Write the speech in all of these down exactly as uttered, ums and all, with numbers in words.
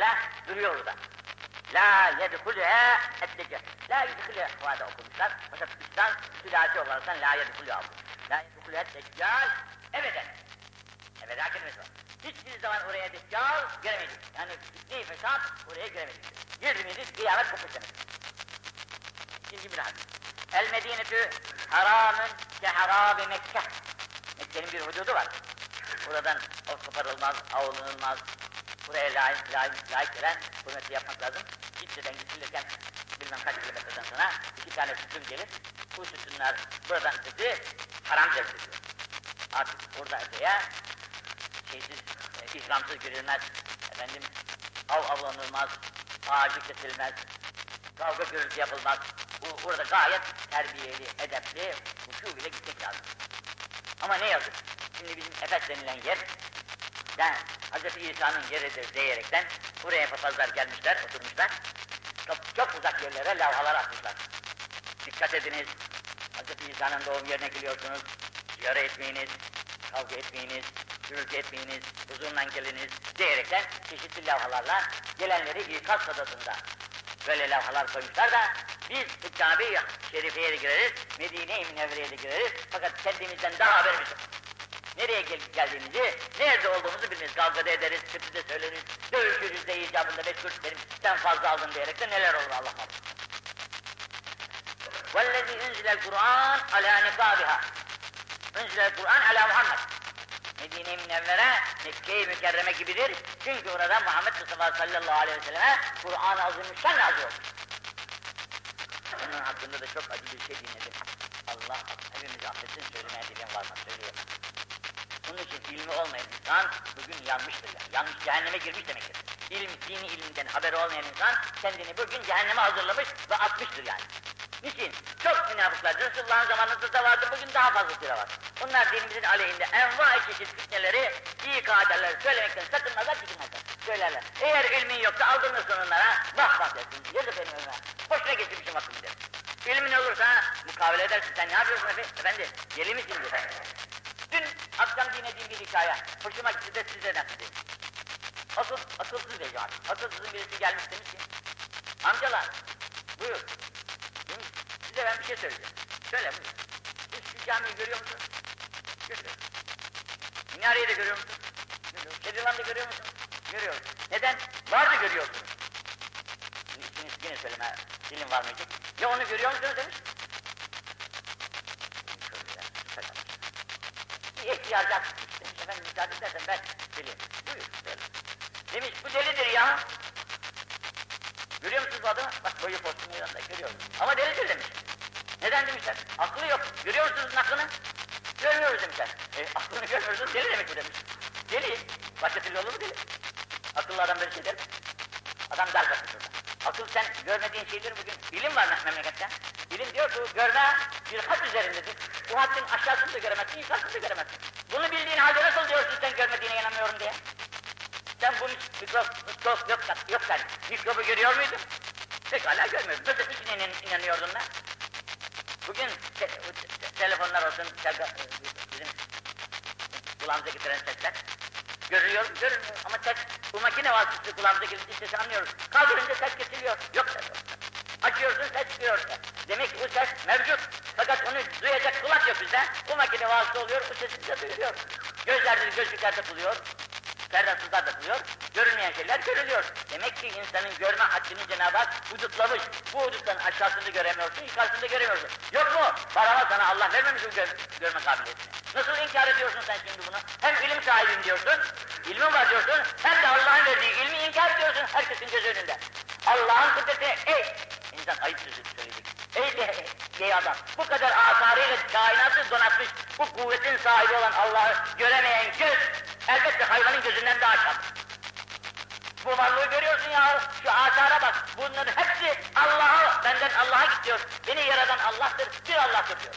duruyor orada. La yedhulühe eddece. La yedhulühe havada okumuşlar. Fakat üstten sülasi olarak la yedhulühe aldı. La yedhulühe deccal ebeden. Ebeden kelimesi var. Hiçbir zaman oraya deccal göremedik. Yani fitne-i fesat oraya göremedik. Girdi miydi kıyamet kopmuş demek. İkinci bir hadis. El medinetü haramın ke harabi Mekke. Mekke'nin bir hududu var. Buradan o koparılmaz, avlanılmaz. Buraya layık, layık, layık gelen hürmeti yapmak lazım. Cidden gidilirken bilmem kaç kilometreden sonra iki tane sütun gelir. Bu sütunlar buradan ötesi haram devletidir. Artık orada öteye şeysiz, e, İslamsız girilmez. Efendim av avlanılmaz, ağacı kesilmez, kavga gürültü yapılmaz. Bu, burada gayet terbiyeli, edepli, huşu bile gitmek lazım. Ama ne yazık, şimdi bizim Efes denilen yer, yani Hz. İsa'nın yeridir diyerekten buraya papazlar gelmişler, oturmuşlar. Çok, çok uzak yerlere levhalar atmışlar. Dikkat ediniz, Hz. İsa'nın doğum yerine geliyorsunuz, ziyaret etmeyiniz, kavga etmeyiniz, gürültü etmeyiniz, huzurundan geliniz diyerekten çeşitli levhalarla gelenleri ikaz sadasında böyle levhalar koymuşlar da biz Kabe-i Şerife'ye de gireriz, Medine-i Münevvere'ye de gireriz fakat kendimizden daha haberimiz yok. Nereye gel geldiğimizi, nerede olduğumuzu bilmeyiz. Kavga da ederiz, kötü de söyleriz, dövüşürüz de icabında beş kuruş verim, sen fazla aldın diyerek de neler olur Allah Allah. وَالَّذِي اُنْزِلَ الْقُرْآنِ عَلَى نِقَابِهَا اُنْزِلَ الْقُرْآنِ عَلَى Muhammed. Medine-i Münevvere, Mekke-i Mükerreme gibidir. Çünkü orada Muhammed Mustafa sallallahu aleyhi ve selleme Kur'an-ı Azimüşşan nazil olmuş. Bunun hakkında da çok acı bir şey dinledim. Allah hepimizi affetsin, söylemeye dilim varmaz, söyleyemem. Bunun için ilmi olmayan insan bugün yanmıştır yani. Yanlış, cehenneme girmiş demektir. İlm, dini ilimden haberi olmayan insan kendini bugün cehenneme hazırlamış ve atmıştır yani. Niçin? Çok münafıklar, Resulullah'ın zamanında da vardı, bugün daha fazlasıyla var. Onlar dinimizin aleyhinde envai çeşit fitneleri, iyi kaideleri söylemekten sakınmazlar, çekinmezler. Söylerler. Eğer ilmin yoksa aldırırsın onlara, vah vah dersin, yazık benim önüme. Boşuna geçirmişim hakkımı der. İlmin olursa mukavele edersin, sen ne yapıyorsun efendim? Efendi, deli misin diyor. Dün akşam dinlediğim bir hikaye, hoşuma gitti de size nakledeyim. Akıl, akılsız bir cevap. Akılsızın birisi gelmiş demiş ki, amcalar, buyur. Size ben bir şey söyleyeceğim. Söyle buyur. Siz şu camiyi görüyor musunuz? Görüyoruz. Minareyi de görüyor musunuz? Görüyoruz. Şerilan'ı da görüyor musunuz? Görüyoruz. Neden? Var da görüyorsunuz. Şimdi yine söyleme, dilim var mıydı? Ya onu görüyor musunuz demiş. Bir ihtiyacı demiş, efendim müsaade edersen ben söyleyeyim. Buyur, söyle. Demiş, bu delidir ya. Görüyor musunuz bu adamı? Bak boyu postunun yanında görüyoruz. Ama delidir demiş. Neden demişler? Aklı yok. Görüyor musunuz aklını? Görmüyoruz demişler. E, aklını görmüyorsunuz, deli demek bu demiş. Deli. Başka türlü olur mu deli? Akıllı adam böyle şey der mi? Adam dar katmış orada. Akıl sen görmediğin şeydir bugün. Bilim var memlekette. Bilim diyor ki görme bir hat üzerindedir. Bu hattın aşağısını da göremezsin, yukarısını da göremezsin. Bunu bildiğin halde nasıl diyorsun sen görmediğine inanmıyorum diye? Sen bunu mikrop, mikrop yok, yok sen. Mikrobu görüyor muydun? Pekala görmüyordun. Nasıl için inan, inanıyordun lan? Bugün te, te, telefonlar olsun, telga, bizim kulağımıza getiren sesler. Görüyor, görünmüyor ama ses, bu makine vasıtası kulağımıza girince sesi anlıyoruz. Kaldırınca ses kesiliyor, yok ses. Açıyorsun, ses çıkıyor. Demek ki bu ses mevcut. Fakat onu duyacak kulak yok bizde. Bu makine vasıtası oluyor, bu sesi bize duyuluyor. Gözlerde, gözlüklerde buluyor. Perdasızlar da buluyor, görünmeyen şeyler görülüyor. Demek ki insanın görme haddini Cenab-ı Hak hudutlamış. Bu huduttan aşağısını göremiyorsun, yukarısını göremiyorsun. Yok mu? Barama sana Allah vermemiş bu gör görme kabiliyetini. Nasıl inkar ediyorsun sen şimdi bunu? Hem ilim sahibim diyorsun, ilmin var diyorsun, hem de Allah'ın verdiği ilmi inkar ediyorsun herkesin göz önünde. Allah'ın kudretine, ey! İnsan ayıp sözü söyledik. Ey de, ey adam! Bu kadar asarıyla kainatı donatmış, bu kuvvetin sahibi olan Allah'ı göremeyen göz, elbette hayvanın gözünden daha çabuk. Bu varlığı görüyorsun ya, şu asara bak, bunların hepsi Allah'a, benden Allah'a gidiyor. Beni yaradan Allah'tır, bir Allah'tır diyor.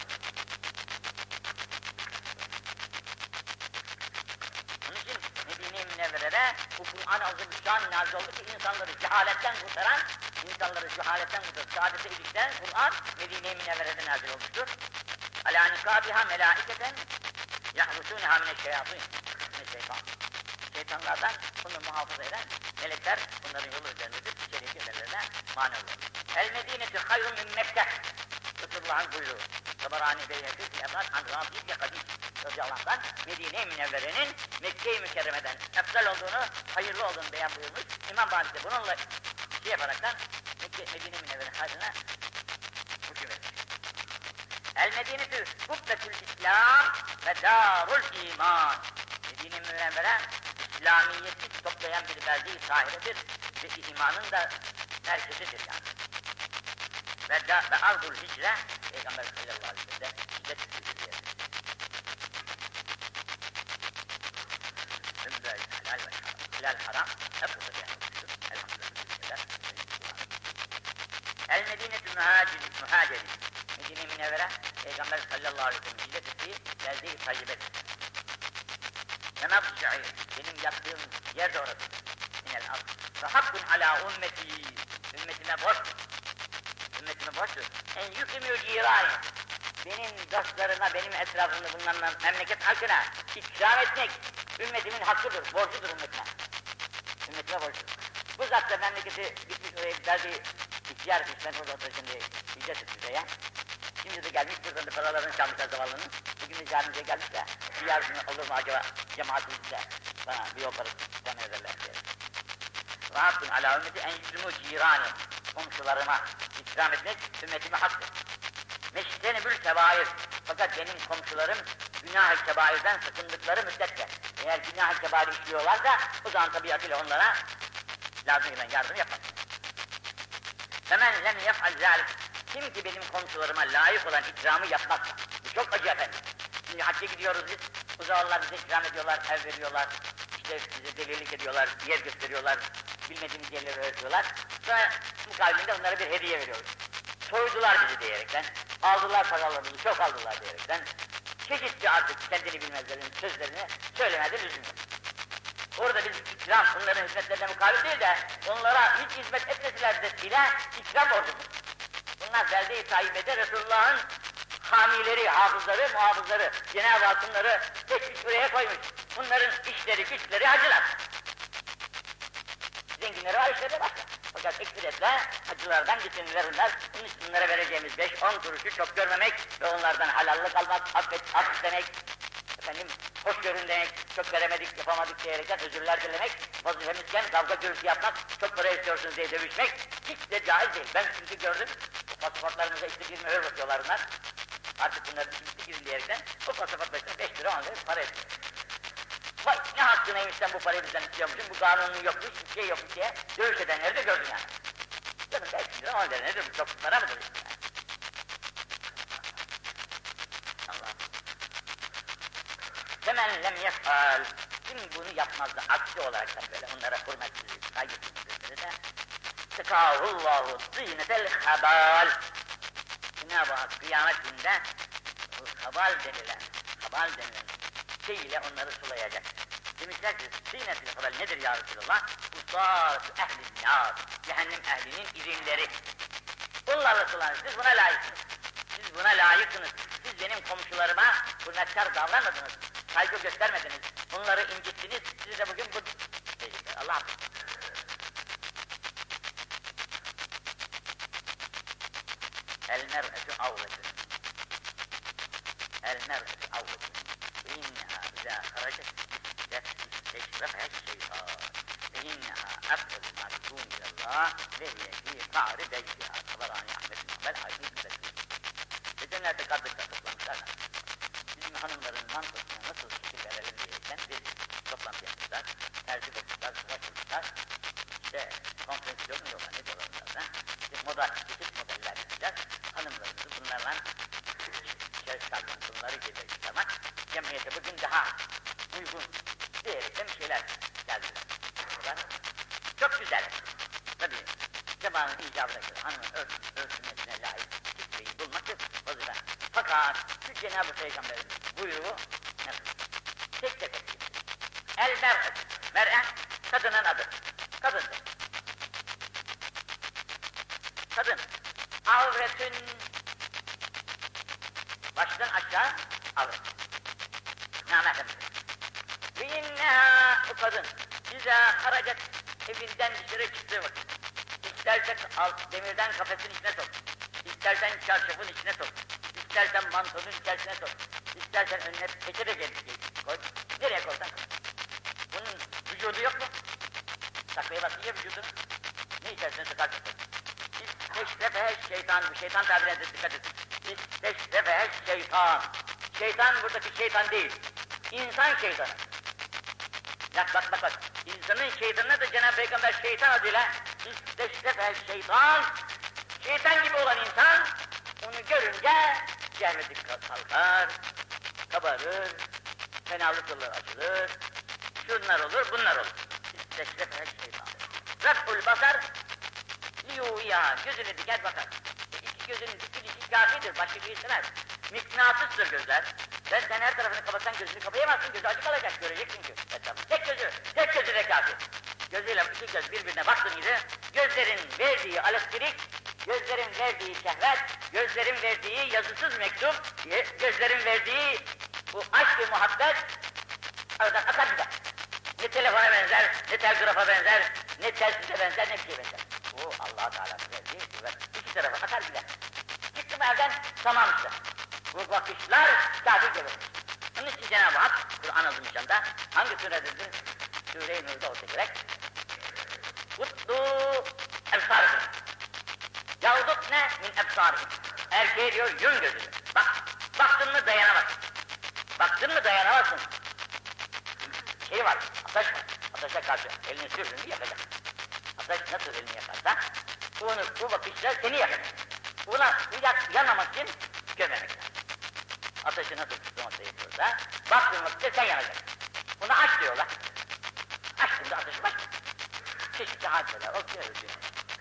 Onun için Medine-i Münevvere'de bu Kur'an-ı Azimüşşan nazil oldu ki insanları cehaletten kurtaran, insanları cehaletten kurtaran, saadete ilişkilen Kur'an Medine-i Münevvere'de nazil olmuştur. Alâ nikâbiha melâiketen yahvusûneha mineşşeyâfîn. Şeytan. şeytanlardan bunu muhafaza eden melekler bunların yolu üzerindedir, içeriye girmelerine mani olur. El Medine'tü hayrun min Mekke. Resulullah'ın buyruğu. Tabarani Beyhekî Efrat an Rabi'ye Kadîs radıyallahu anh'dan Medine-i Münevvere'nin Mekke-i Mükerreme'den efsal olduğunu, hayırlı olduğunu beyan buyurmuş. İmam Bani de bununla şey yaparaktan Mekke, Medine-i Münevvere'nin hayrına hüküm etmiş. El Medine'tü Kubbetül İslam ve Darul İman. Medine-i Münevvere İslamiyeti toplayan bir belde-i sahiredir ve imanın da merkezidir yani. Ve, da, ve Ardul Hicre Peygamber sallallahu aleyhi ve sellem hicret ettiği yer. Ümre-i helal ve haram. Helal haram hep burada beyanlamıştır. Elhamdülillah. El Medine-tü Muhaceri. Medine-i Münevvere Peygamber sallallahu aleyhi ve sellem hicret ettiği belde-i tayyibedir. Menab-ı benim yattığım yer de orası. Minel ard. Ve hakkun ala ümmeti. Ümmetime borç. Ümmetime borçtur. En yükümü cirani. Benim dostlarıma, benim etrafımda bulunan memleket halkına ikram etmek ümmetimin hakkıdır, borcudur ümmetime. Ümmetime borcudur. Bu zat da memleketi gitmiş oraya derdi ihtiyar etmiş, ben orada oturacağım diye icret etmiş oraya. Şimdi de gelmiş, buradan da paralarını çalmışlar zavallının. Bugün de camimize gelmiş de, bir yardımı olur mu acaba cemaatimizde bana bir yol parası istemeye ederler diye. Rahatun ala ümmeti en yükümü cirani. Komşularıma ikram etmek ümmetime haktır. Meştenibül kebair. Fakat benim komşularım günah-ı kebairden sakındıkları müddetçe eğer günah-ı kebair işliyorlarsa o zaman tabiatıyla onlara lazım olan yardım yapmaz. Femen lem yef'al zâlik. Kim ki benim komşularıma layık olan ikramı yapmazsa. Bu çok acı efendim. Şimdi hacca gidiyoruz biz. Bu zavallar bize ikram ediyorlar, ev veriyorlar. İşte bize delilik ediyorlar, yer gösteriyorlar. Bilmediğimiz yerleri öğretiyorlar. Sonra mukabilinde onlara bir hediye veriyoruz. Soydular bizi diyerekten, aldılar paralarımızı, çok aldılar diyerekten. Çeşitli artık kendini bilmezlerin sözlerini söylemede lüzum yok. Orada biz ikram, onların hizmetlerine mukabil değil de onlara hiç hizmet etmesiler bile ikram borcudur. Bunlar belde-i sahibede Resulullah'ın hamileri, hafızları, muhafızları, Cenab-ı Hak bunları tek buraya koymuş. Bunların işleri, güçleri hacılar. Zenginleri var, işleri başka. Fakat ekseriyetle hacılardan getirirler. Bunun için bunlara vereceğimiz beş on kuruşu çok görmemek ve onlardan halallık almak, affet, affet demek, efendim, hoş görün demek, çok veremedik, yapamadık diyerekten özürler dilemek, vazifemizken kavga gürültü yapmak, çok para istiyorsunuz diye dövüşmek hiç de caiz değil. Ben çünkü gördüm, o pasaportlarınıza işte bir mühür bakıyorlar bunlar. Artık bunları düşünmüştü girin diyerekten, o pasaport başına beş lira on lira para istiyor. Vay ne hakkınaymış sen bu parayı bizden istiyormuşsun, bu kanunun yokmuş, bir şey yokmuş diye dövüş edenleri de gördüm yani. Canım beş lira on lira nedir bu, çok para mıdır işte yani? Allah'ım. Femen lem yef'al. Kim bunu yapmazdı aksi olarak da böyle onlara hürmetsizlik, saygısızlık de tekâhullahu zînetel habal. Cenab-ı Hak kıyamet günde bu habal denilen, habal denilen şey ile onları sulayacak. Demişler ki zînetel habal nedir ya Resulallah? Usâs ehl-i nâr. Cehennem ehlinin izinleri. Bunlarla sulanır. Siz buna layıksınız. Siz buna layıksınız. Siz benim komşularıma hürmetkar davranmadınız. Saygı göstermediniz. Onları incittiniz. Siz de bugün bu... Allah El mer'etü avretün. El mer'etü avretün. İnneha izâ haracet teşrefehe şeytan. Ve inneha efdel mâkûn ilallah ve yehî ta'ri beydiha. Tabarani Ahmet Muhammel hadis besir. Geçenlerde kardeşler toplamışlar. Bizim hanımların mantısına nasıl şekil verelim diyerekten bir toplantı yapmışlar. Tercih etmişler, sıra kılmışlar. İşte konferansiyonu yollar, ne diyorlar bunlardan? İşte moda, çeşit modeller yapacağız. Hanımlarımızı bunlarla şey çıkartmak, bunları gece çıkarmak, cemiyete bugün daha uygun diyerekten şeyler geldiler. Çok güzel. Tabii, zamanın icabına göre hanımın örtülmesine layık kitleyi bulmaktır vazife. Fakat şu Cenab-ı Peygamber'in buyruğu nasıl? Tek tek etki. El mer'et. Mer'e, kadının adı. Kadındır. Kadın. Avretün. Baştan aşağı avret. Nâmehemdir. Ve inneha kadın bize haracet evinden dışarı çıktığı vakit, istersen al, demirden kafesin içine sok, istersen çarşafın içine sok, istersen mantonun içerisine sok, istersen önüne peçete koy, nereye koysan koy. Bunun vücudu yok mu? Saklayamazsın ya vücudunu. Ne içerisine sokarsın? İsteşrefe şeytan, bu şeytan tabirine de dikkat edin. İsteşrefe şeytan. Şeytan buradaki şeytan değil, insan şeytanı. Bak bak bak bak, insanın şeytanına da Cenab-ı Peygamber şeytan adıyla İsteşrefe şeytan, şeytan gibi olan insan, onu görünce şehveti kalkar, kabarır, fenalık yolları açılır, şunlar olur, bunlar olur. İsteşrefe şeytan. Raf'ul basar, liyuya, gözünü diker bakar. İki gözünün dikilişi kafidir, başka bir istemez. Mıknatısdır gözler. Sen, sen her tarafını kapatsan gözünü kapayamazsın, gözü açık kalacak, görecek çünkü. Tek gözü, tek gözü de kafi. Gözüyle iki göz birbirine baktığın gibi, gözlerin verdiği elektrik, gözlerin verdiği şehvet, gözlerin verdiği yazısız mektup, gözlerin verdiği bu aşk ve muhabbet, aradan akar gider. Ne telefona benzer, ne telgrafa benzer, ne telsize benzer, ne bir şeye benzer. Bu Allah-u Teala'nın verdiği kuvvet, iki tarafa akar gider. Çıktım evden, tamam işte. Bu bakışlar kâfir gelir. Onun için Cenab-ı Hak, Kur'an azimüşşanda, hangi surededir? Sure-i Nur'da olsa gerek. Kutlu ebsârıkım. Yağduk ne min ebsârıkım. Erkeğe diyor, yün gözünü. Bak, baktın mı dayanamazsın. Baktın mı dayanamazsın. Şey var, ateş var. Ateşe karşı elini sürdün yakacak. Ateş nasıl elini yakarsa, bunu, bu bakışlar seni yakacak. Buna yak, yanmamak için gömmemek lazım. Ateşi nasıl tutmamakta yapıyorsa, baktığın vakitte sen yanacaksın. Buna aç diyorlar. Açtığında ateş başka. Çeşitli hadiseler okuyoruz diyor.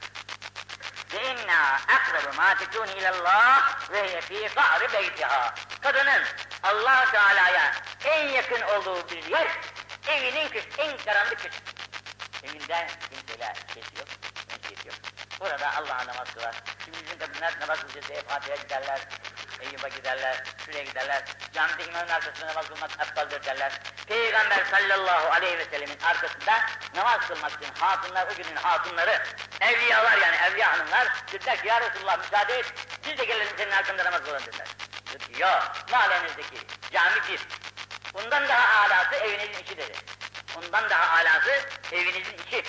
Ve inna akrabu ma tekûni ilallah ve fî gâri beytiha. Kadının Allah Teala'ya en yakın olduğu bir yer, evinin köşesi, en karanlık köşesi. Evinde kimseyle şeysi yok, mensiyeti yok. Burada Allah'a namaz kılar. Şimdi bizim kadınlar namaz kılacağız diye Fatiha'ya giderler, Eyyub'a giderler, şuraya giderler. Camide imamın arkasında namaz kılmak aptaldır derler. Peygamber sallallahu aleyhi ve sellemin arkasında namaz kılmak için hatunlar, o günün hatunları, evliyalar yani evliya hanımlar, dediler ki ya Resulullah müsaade et, biz de gelelim senin arkanda namaz kılalım dediler. Dedi ki yok, mahallenizdeki cami bir. Bundan daha alası evinizin içi dedi. Ondan daha alası evinizin içi.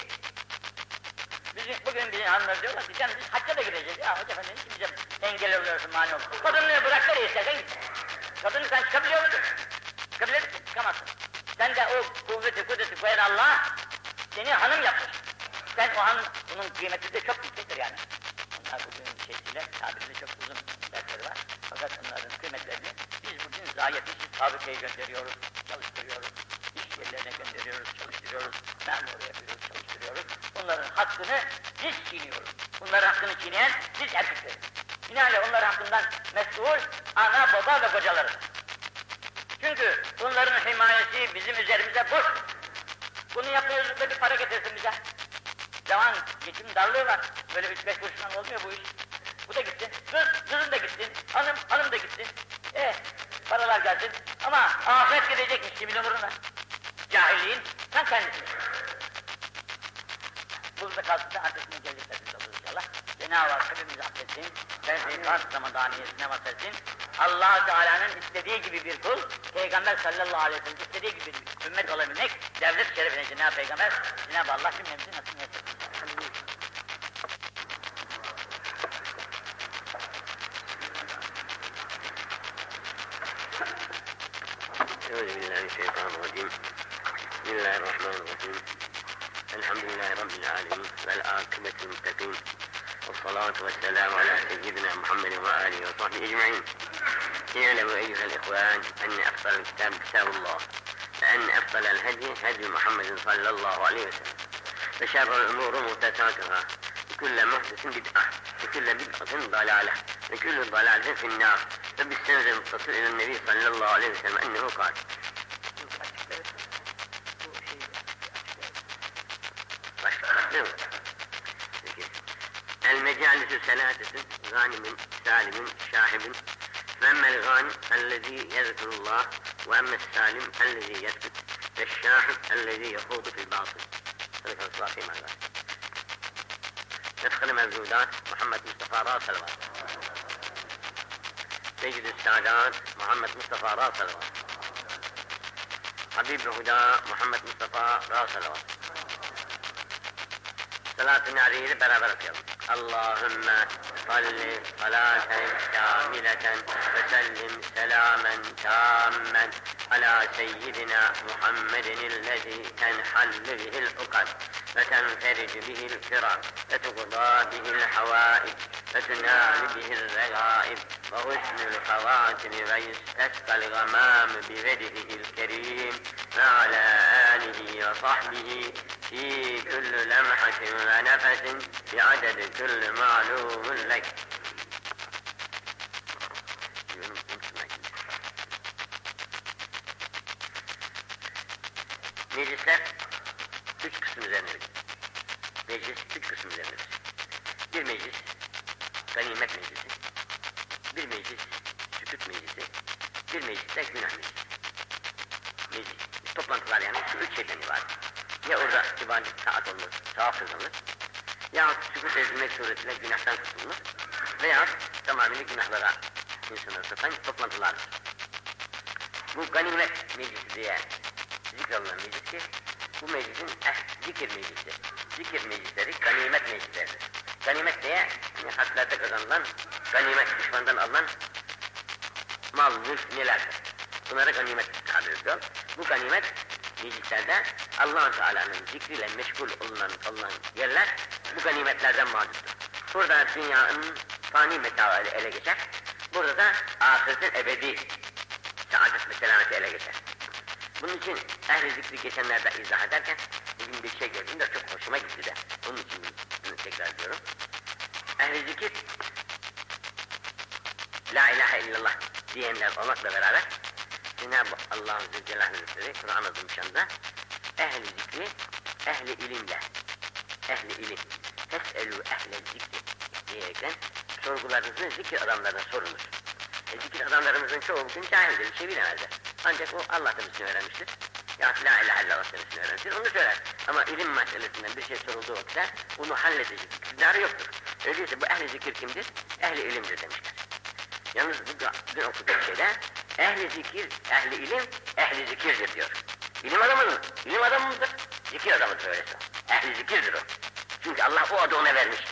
Bizim, bugün bizim hanımlar diyorlar ki canım biz hacca da gideceğiz. Ya hoca efendim şimdi bize engel oluyorsun, mani olsun. Kadınlığı bırak nereye istersen git. Kadını sen çıkabiliyor musun? Çıkabilir misin? Çıkamazsın. Sen de o kuvveti kudreti koyan Allah seni hanım yapmış. Sen o hanım, bunun kıymeti de çok yüksektir yani. Onlar bugün şeysiyle, tabirle çok uzun dersleri var. Fakat onların kıymetlerini biz bugün zayi etmişiz. Fabrikaya gönderiyoruz, çalıştırıyoruz. İş yerlerine gönderiyoruz, çalıştırıyoruz. Memuru yapıyoruz, çalıştırıyoruz. Bunların hakkını biz çiğniyoruz. Bunların hakkını çiğneyen biz erkekleriz. Binaenaleyh onlar hakkından mesul ana, baba ve kocaları. Çünkü bunların himayesi bizim üzerimize boş. Bunu yapıyoruz da bir para getirsin bize. Zaman geçim darlığı var. Böyle üç beş kuruşundan olmuyor bu iş. Bu da gitsin, kız, kızın da gitsin, hanım, hanım da gitsin. Eh, paralar gelsin ama ahiret gidecekmiş gibi umurunda. Cahilliğin sen kendisi. Burada kalsın da arkasına geleceklerimiz olur inşallah. Cenab-ı Hak hepimizi affetsin, tevfik-i Ramazaniyesine vasfetsin. Allah-u Teala'nın istediği gibi bir kul, Peygamber sallallahu aleyhi ve sellem istediği gibi bir ümmet olabilmek, devlet şerefine Cenab-ı Peygamber, Cenab-ı Allah cümlemizi nasip etsin. Euzubillahimineşşeytanirracim. Bismillahirrahmanirrahim. Elhamdülillahi Rabbil alemin. Vel âkıbetul muttaqin. Vessalatu vesselamu ala seyyidina Muhammedin ve âlihi ve sahbihi ecma'in. İ'lemû eyyuhel ihvân enne efdalel kitâb kitâbullah ve enne efdalel hedi hedi Muhammedin sallallahu aleyhi ve sellem. Ve şerrel umûru muhtesâtuhâ. Ve külle muhtesin bid'ah. Ve külle bid'atin dalâle. Ve külle dalâletin finnâr. Ve bissenze muttasil ilen nebi sallallahu aleyhi ve sellem ennehu kâl. Başlıyor mu? El mecalisü selâtetün gânimin, sâlimin, şâhibin ve emmel gânim ellezî yezkurullah ve emmel sâlim ellezî yezkur والشاحن الذي يخوض في الباطل. صدق الله فيما قال. ندخل موجودات محمد مصطفى راس صلوات. سيد السادات محمد مصطفى راس صلوات. حبيب الهدى محمد مصطفى راس صلوات. صلاة نعريل برابر okuyalım. Allahümme salli salaten kamileten ve sellim selamen tammen ala seyyidina Muhammedin illezi tenhallu bihil ukad ve tenferic bihil kiram ve tuqda bihil havaic ve tunal bihil regaib ve husnul havatimi ve yusteskal gamam bivedihil kerim ve ala alihi ve sahbihi fi kulli lemhatin ve nefesin bi'adedi kulli ma'lumun lek. Meclisler üç kısım üzerindedir. Meclis üç kısım üzerindedir. Bir meclis ganimet meclisi, bir meclis sükût meclisi, bir meclis de günah meclisi. Meclis, toplantılar yani şu üç şeyden ibaret. Ya orada ibadet taat olunur, sevap kazanılır, yahut sükût edilmek suretiyle günahtan kurtulunur veya tamamıyla günahlara insanları sokan toplantılardır. Bu ganimet meclisi diye zikrolunan meclis ki, bu meclisin eh, zikir meclisi. Zikir meclisleri ganimet meclisleridir. Ganimet diye yani harplerde kazanılan, ganimet düşmandan alınan mal, mülk nelerdir? Bunlara ganimet tabir ediyor. Bu ganimet meclislerde Allah-u Teala'nın zikriyle meşgul olunan, olunan yerler bu ganimetlerden mağdurdur. Burada dünyanın fani metaı ele geçer. Burada da ahiretin ebedi saadet ve selameti ele geçer. Bunun için ehl-i zikri geçenlerde izah ederken bugün bir şey gördüm de çok hoşuma gitti de. Onun için bunu tekrar ediyorum. Ehl-i zikir La ilahe illallah diyenler olmakla beraber Cenab-ı Allah Azze Celaluhu Hazretleri Kur'an adım şanda ehl-i zikri ehl-i ilimle ehl-i ilim tes'elû ehl-i zikri diyerekten sorgularınızı zikir adamlarına sorunuz. E, zikir adamlarımızın çoğu bugün cahildir, bir şey bilemezler. Ancak o Allah temizliğini öğrenmiştir. Ya la ilahe illallah temizliğini öğrenmiştir, onu söyler. Ama ilim meselesinden bir şey sorulduğu vakitte bunu halledecek iktidarı yoktur. Öyleyse bu ehl-i zikir kimdir? Ehl-i ilimdir demişler. Yalnız bugün okuduğum şeyde ehl-i zikir, ehl-i ilim, ehl-i zikirdir diyor. İlim adamı mı? İlim adamı mıdır? Zikir adamıdır öyleyse. Ehl-i zikirdir o. Çünkü Allah o adı ona vermiş.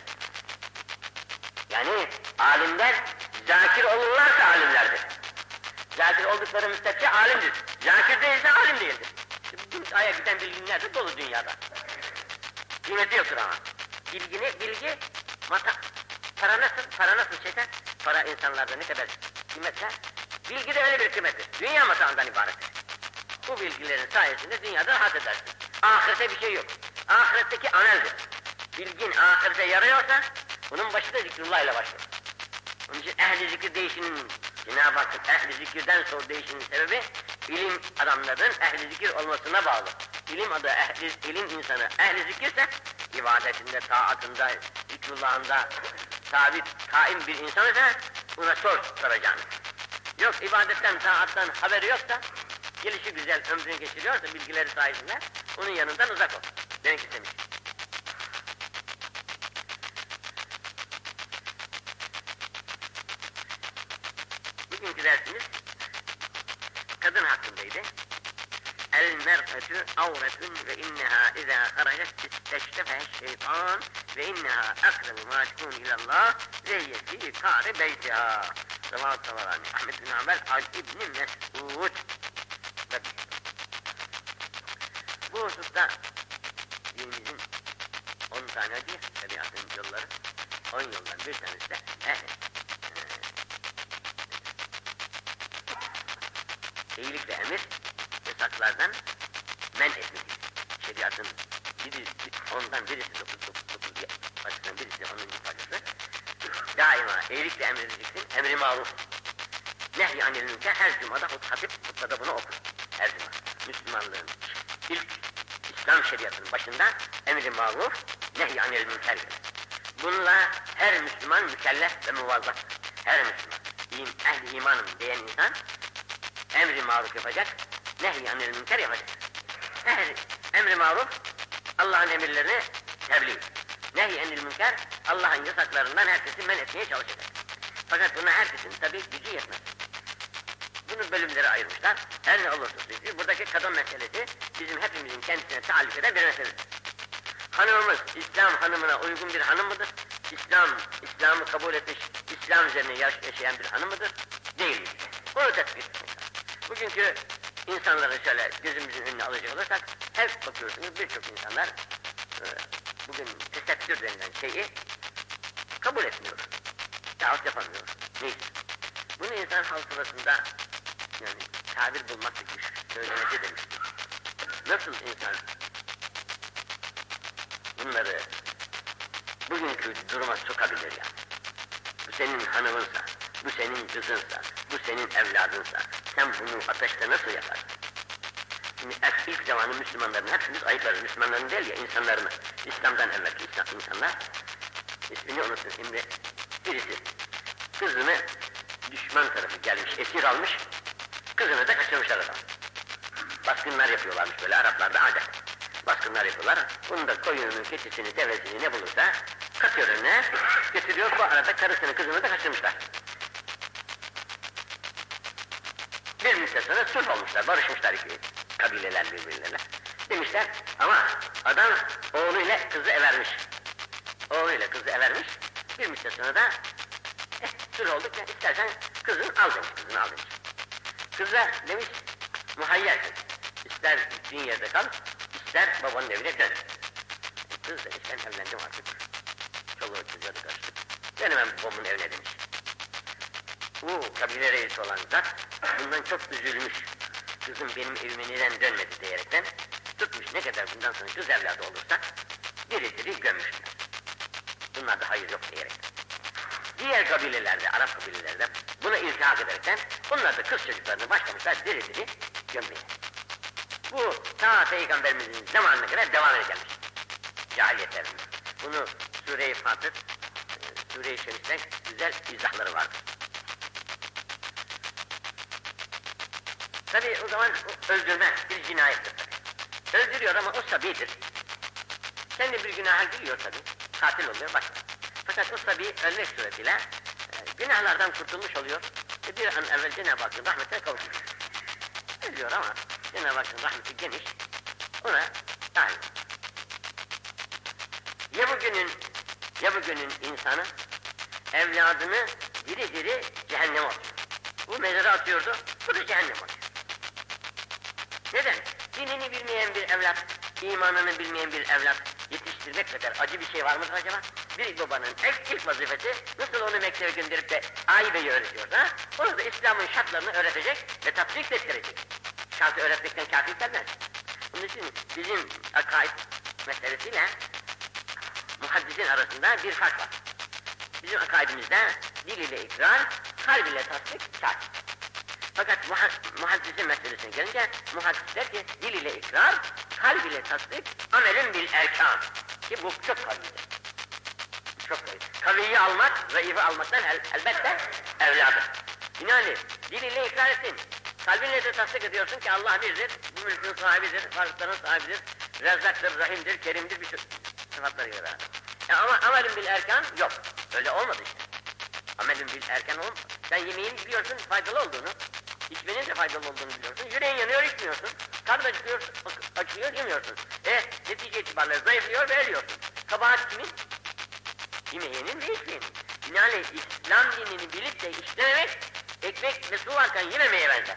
Yani alimler zakir olurlarsa alimlerdir. Zakir oldukları müddetçe alimdir. Zakir değilse alim değildir. Bugün aya giden bilginler de dolu dünyada. Kıymeti yoktur ama. Bilgini, bilgi, mata, para nasıl, para nasıl şeyden? Para insanlarda ne kadar kıymetle? Bilgi de öyle bir kıymettir. Dünya matağından ibarettir. Bu bilgilerin sayesinde dünyada rahat edersin. Ahirete bir şey yok. Ahiretteki ameldir. Bilgin ahirete yarıyorsa, bunun başı da zikrullah ile başlar. Onun için ehl-i zikir değişinin, Cenab-ı Hakk'ın ehl-i zikirden sonra değişinin sebebi, ilim adamlarının ehl-i zikir olmasına bağlı. İlim adı, ehli, ilim insanı ehl-i zikirse, ibadetinde, taatında, zikrullahında sabit, kaim bir insan ise, buna sor soracağını. Yok ibadetten, taattan haberi yoksa, gelişi güzel ömrünü geçiriyorsa bilgileri sayesinde, onun yanından uzak ol. Demek istemiş. Bugünkü dersimiz kadın hakkındaydı. El mer'etü avretün ve inneha izâ haracet isteştefehe şeytan ve inneha akremu mâ tekûn ilallah ve yezî kâri beytiha. Sallallahu tabarani Ahmed bin Hanbel Ad İbni Mes'ud. Bu hususta dinimizin on tane değil, şeriatın yolları, on yoldan bir tanesi de ehl iyilikle emir, yasaklardan men etmektir. Şeriatın biri, ondan birisi dokuz, dokuz, dokuz, başından birisi, onuncu parçası. Daima iyilikle emredeceksin, emri maruf. Nehy anil münker her cumada hatip, hutbada bunu okur. Her cuma. Müslümanlığın ilk İslam şeriatının başında emri maruf, nehy anil münker gelir. Bununla her Müslüman mükellef ve muvazzaf. Her Müslüman, İm, ehli imanım diyen insan, emri maruf yapacak, nehy anil münker yapacak. ehli emri maruf, Allah'ın emirlerini tebliğ. Nehy enil münker, Allah'ın yasaklarından herkesi men etmeye çalışacak. Fakat buna herkesin tabi gücü yetmez. Bunu bölümlere ayırmışlar. Her ne olursa olsun. Buradaki kadın meselesi bizim hepimizin kendisine taalluk eden bir meseledir. Hanımımız İslam hanımına uygun bir hanım mıdır? İslam, İslam'ı kabul etmiş, İslam üzerine yaşayan bir hanım mıdır? Değil mi? Bunu tespit etmek lazım. Bugünkü insanları şöyle gözümüzün önüne alacak olursak, hep bakıyorsunuz birçok insanlar e, bugün tesettür denilen şeyi kabul etmiyor. Yahut yapamıyor. Neyse. Bunu insan hafızasında yani tabir bulmak güç, söylemeci demiştir. Nasıl insan bunları bugünkü duruma sokabilir yani? Bu senin hanımınsa, bu senin kızınsa, bu senin evladınsa, sen bunu ateşte nasıl yaparsın? Şimdi ilk zamanın Müslümanların hepimiz ayıplarız, Müslümanların değil ya insanlarını, İslam'dan evvelki insanlar, ismini unutun şimdi, birisi kızını düşman tarafı gelmiş, esir almış, kızını da kaçırmışlar adam. Baskınlar yapıyorlarmış böyle Araplarda adet. Baskınlar yapıyorlar, bunu da koyununu, keçisini, devesini ne bulursa katıyor önüne, getiriyor, bu arada karısını, kızını da kaçırmışlar. Bir müddet sonra sulh olmuşlar, barışmışlar iki kabileler birbirlerine. Demişler ama adam oğluyla kızı evermiş. Oğluyla kızı evermiş, bir müddet sonra da eh, sulh olduk ya, istersen kızını al demiş, kızını al demiş. Kız da demiş, muhayyersin, ister gittiğin yerde kal, ister babanın evine dön. Kız demiş, ben evlendim artık, çoluğu çocuğa da karıştık, dönemem babamın evine demiş. Bu kabile reisi olan zat, bundan çok üzülmüş, kızım benim evime neden dönmedi diyerekten, tutmuş ne kadar bundan sonra kız evladı olursa, diri diri gömmüşler. Bunlar da hayır yok diyerekten. Diğer kabilelerde, Arap kabilelerde buna iltihak ederekten, bunlar da kız çocuklarını başlamışlar diri diri gömmeye. Bu ta Peygamberimizin zamanına kadar devam edermiş. Cahiliyet devrinde. Bunu Sure-i Fatır, Sure-i Şerif'ten güzel izahları vardır. Tabi o zaman öldürme bir cinayettir tabi. Öldürüyor ama o sabidir. Kendi bir günaha giriyor tabi. Katil oluyor başka. Fakat o sabi ölmek suretiyle e, günahlardan kurtulmuş oluyor. E, bir an evvel Cenab-ı Hakk'ın rahmetine kavuşuyor. Ölüyor ama Cenab-ı Hakk'ın rahmeti geniş. Ona dahil. Ya bugünün, ya bugünün insanı evladını diri diri cehenneme atıyor. Bu mezara atıyordu, bu da cehennem atıyor. Neden? Dinini bilmeyen bir evlat, imanını bilmeyen bir evlat yetiştirmek kadar acı bir şey var mıdır acaba? Bir babanın ilk, ilk vazifesi nasıl onu mektebe gönderip de aybeyi öğretiyorsa, onu da İslam'ın şartlarını öğretecek ve tatbik ettirecek. Şartı öğretmekten kâfi gelmez. Bunun için bizim akaid meselesiyle muhaddisin arasında bir fark var. Bizim akaidimizde dil ile ikrar, kalb ile tasdik şart. Fakat muhaddisin meselesine gelince muhaddis der ki dil ile ikrar, kalb ile tasdik, amelin bil erkan. Ki bu çok kavidir. Çok kavi. Kaviyi almak, zayıfı almaktan el, elbette evladır. Binaenaleyh dil ile ikrar etsin. Kalbinle de tasdik ediyorsun ki Allah birdir, bu mülkün sahibidir, varlıkların sahibidir, rezzaktır, rahimdir, kerimdir, bir sıfatlarıyla beraber. Ya ama amelin bil erkan yok. Öyle olmadı işte. Amelin bil erkan olmadı. Sen yemeğin biliyorsun faydalı olduğunu, içmenin de faydalı olduğunu biliyorsun, yüreğin yanıyor içmiyorsun, karnın acıkıyor, açılıyor yemiyorsun. E netice itibariyle zayıflıyor ve ölüyorsun. Kabahat kimin? Yemeğinin ve içmeyenin. Binaenaleyh İslam dinini bilip de işlememek, ekmek ve su varken yememeye benzer.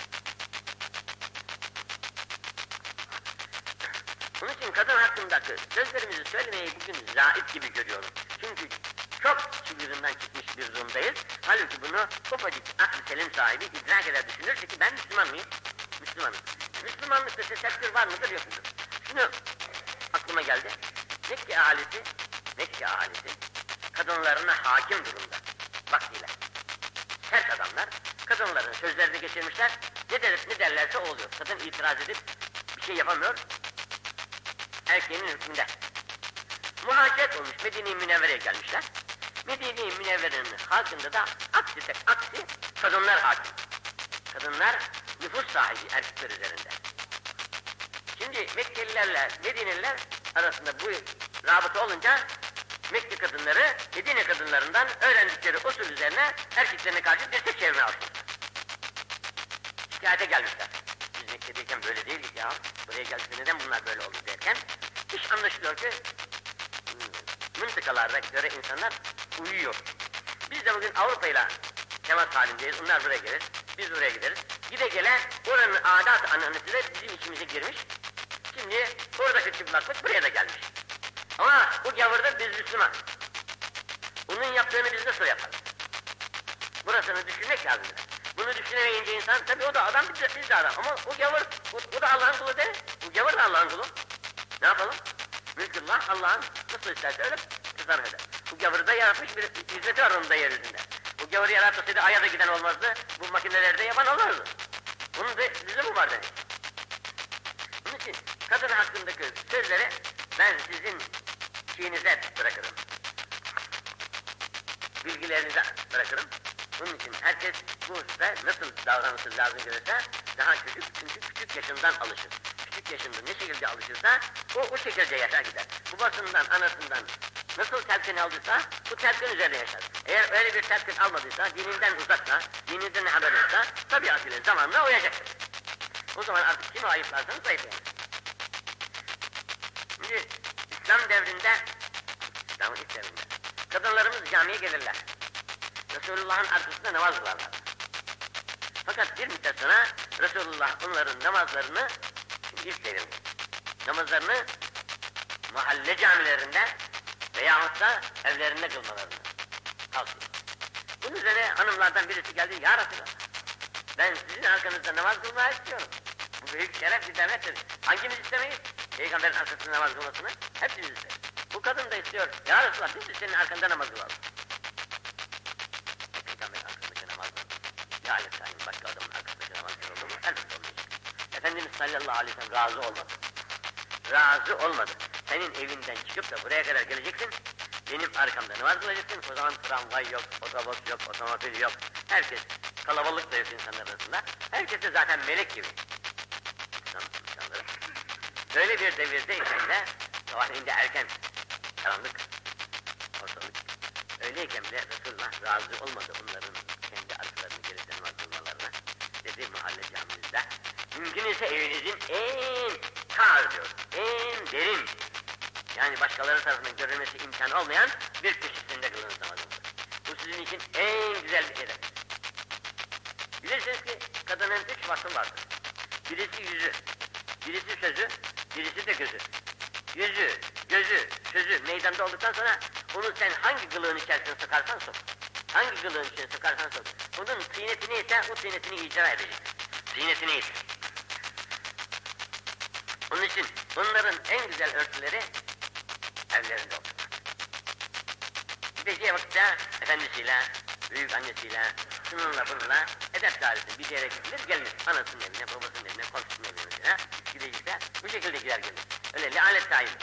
Onun için kadın hakkındaki sözlerimizi söylemeyi bugün zahit gibi görüyorum. Çünkü çok çığırından çıkmış bir durumdayız. Halbuki bunu ufacık aklı selim sahibi idrak eder düşünürse ki ben Müslüman mıyım? Müslümanım. Müslümanlıkta tesettür var mıdır yok mudur? Şunu aklıma geldi. Mekke ahalisi, Mekke ahalisi kadınlarına hakim durumda vaktiyle. Sert adamlar kadınların sözlerini geçirmişler. Ne, der, ne derlerse o oluyor. Kadın itiraz edip bir şey yapamıyor. Erkeğinin hükmünde. Muhacet olmuş, Medine-i Münevvere'ye gelmişler. Medine-i Münevvere'nin halkında da aksi tek aksi kadınlar hakim. Kadınlar nüfus sahibi erkekler üzerinde. Şimdi Şimdi Mekkelilerle Medineliler arasında bu rabıta olunca Mekke kadınları Medine kadınlarından öğrendikleri usul üzerine erkeklerine karşı destek çevirmeye alışmışlar. Şikayete gelmişler. Biz Mekke'deyken böyle değildik ya. Buraya geldik neden bunlar böyle oldu derken iş anlaşılıyor ki mıntıkalarda göre insanlar uyuyor. Biz de bugün Avrupa ile temas halindeyiz. Onlar buraya gelir. Biz buraya gideriz. Gide gele oranın adat ananesi de bizim içimize girmiş. Şimdi oradaki çıplaklık buraya da gelmiş. Ama bu gavurda biz Müslüman. Bunun yaptığını biz nasıl yaparız? Burasını düşünmek lazım. Bunu düşünemeyince insan, tabii o da adam, biz de, biz de adam. Ama o gavur, o, o da Allah'ın kulu değil. Bu gavur da Allah'ın kulu. Ne yapalım? Mülküllah Allah'ın nasıl isterse öyle tasarruf eder. Bu gavuru da yaratmış bir hizmeti var onun da yeryüzünde. Bu gavuru yaratmasaydı Ay'a da giden olmazdı. Bu makinelerde yapan olmazdı. Bunun da lüzumu var demek. Bunun için kadın hakkındaki sözleri ben sizin şeyinize bırakırım. Bilgilerinize bırakırım. Bunun için herkes bu hususta nasıl davranması lazım görürse daha küçük, çünkü küçük yaşından alışır. Küçük yaşında ne şekilde alışırsa o o şekilde yaşar gider. Babasından, anasından nasıl telkin aldıysa bu telkin üzerine yaşar. Eğer öyle bir telkin almadıysa, dininden uzaksa, dininden haber yoksa tabiatıyla zamanla uyacaktır. O zaman artık kimi ayıplarsanız ayıplayın. Şimdi İslam devrinde, İslam'ın ilk devrinde kadınlarımız camiye gelirler. Resulullah'ın arkasında namaz kılarlar. Fakat bir müddet sonra Resulullah onların namazlarını ilk devirdi. Namazlarını mahalle camilerinde veyahut da evlerinde kılmalarını tavsiye etti. Bunun üzerine hanımlardan birisi geldi, ya Resulallah, ben sizin arkanızda namaz kılmayı istiyorum. Bu büyük şeref bir devlettir. Hangimiz istemeyiz? Peygamberin arkasında namaz kılmasını hepimiz isteriz. Bu kadın da istiyor, ya Resulallah biz de senin arkanda namaz kılalım. Peygamberin arkasındaki namaz mı? Ya aleyhisselam başka adamın arkasındaki namaz kılıldı mı? Elbette olmayacak. Efendimiz sallallahu aleyhi ve sellem razı olmadı. Razı olmadı. Senin evinden çıkıp da buraya kadar geleceksin, benim arkamda namaz kılacaksın, o zaman tramvay yok, otobüs yok, otomobil yok, herkes, kalabalık da yok insanlar arasında, herkes de zaten melek gibi. İnsan, insanları. Böyle bir devirdeyken de, sabahleyin de erken, karanlık, ortalık, öyleyken bile Resulullah razı olmadı onların kendi arkalarını gerisi namaz kılmalarına, dedi mahalle camimizde, mümkün ise evinizin en kar diyor, en derin, yani başkaları tarafından görülmesi imkan olmayan bir köşesinde kılınız namazınızı. Bu sizin için en güzel bir şeydir. Bilirsiniz ki kadının üç vasfı vardır. Birisi yüzü, birisi sözü, birisi de gözü. Yüzü, gözü, sözü meydanda olduktan sonra onu sen hangi kılığın içerisine sokarsan sok. Hangi kılığın içine sokarsan sok. Onun zineti neyse o zinetini icra edeceksin. Zineti neyse. Onun için bunların en güzel örtüleri evlerinde olur. Gideceği vakitte efendisiyle, büyük annesiyle, şununla bununla edep dairesi bir yere gidilir gelinir. Anasının evine, babasının evine, komşusunun evine mesela gidecekse bu şekilde gider gelir. Öyle lealet sahibi.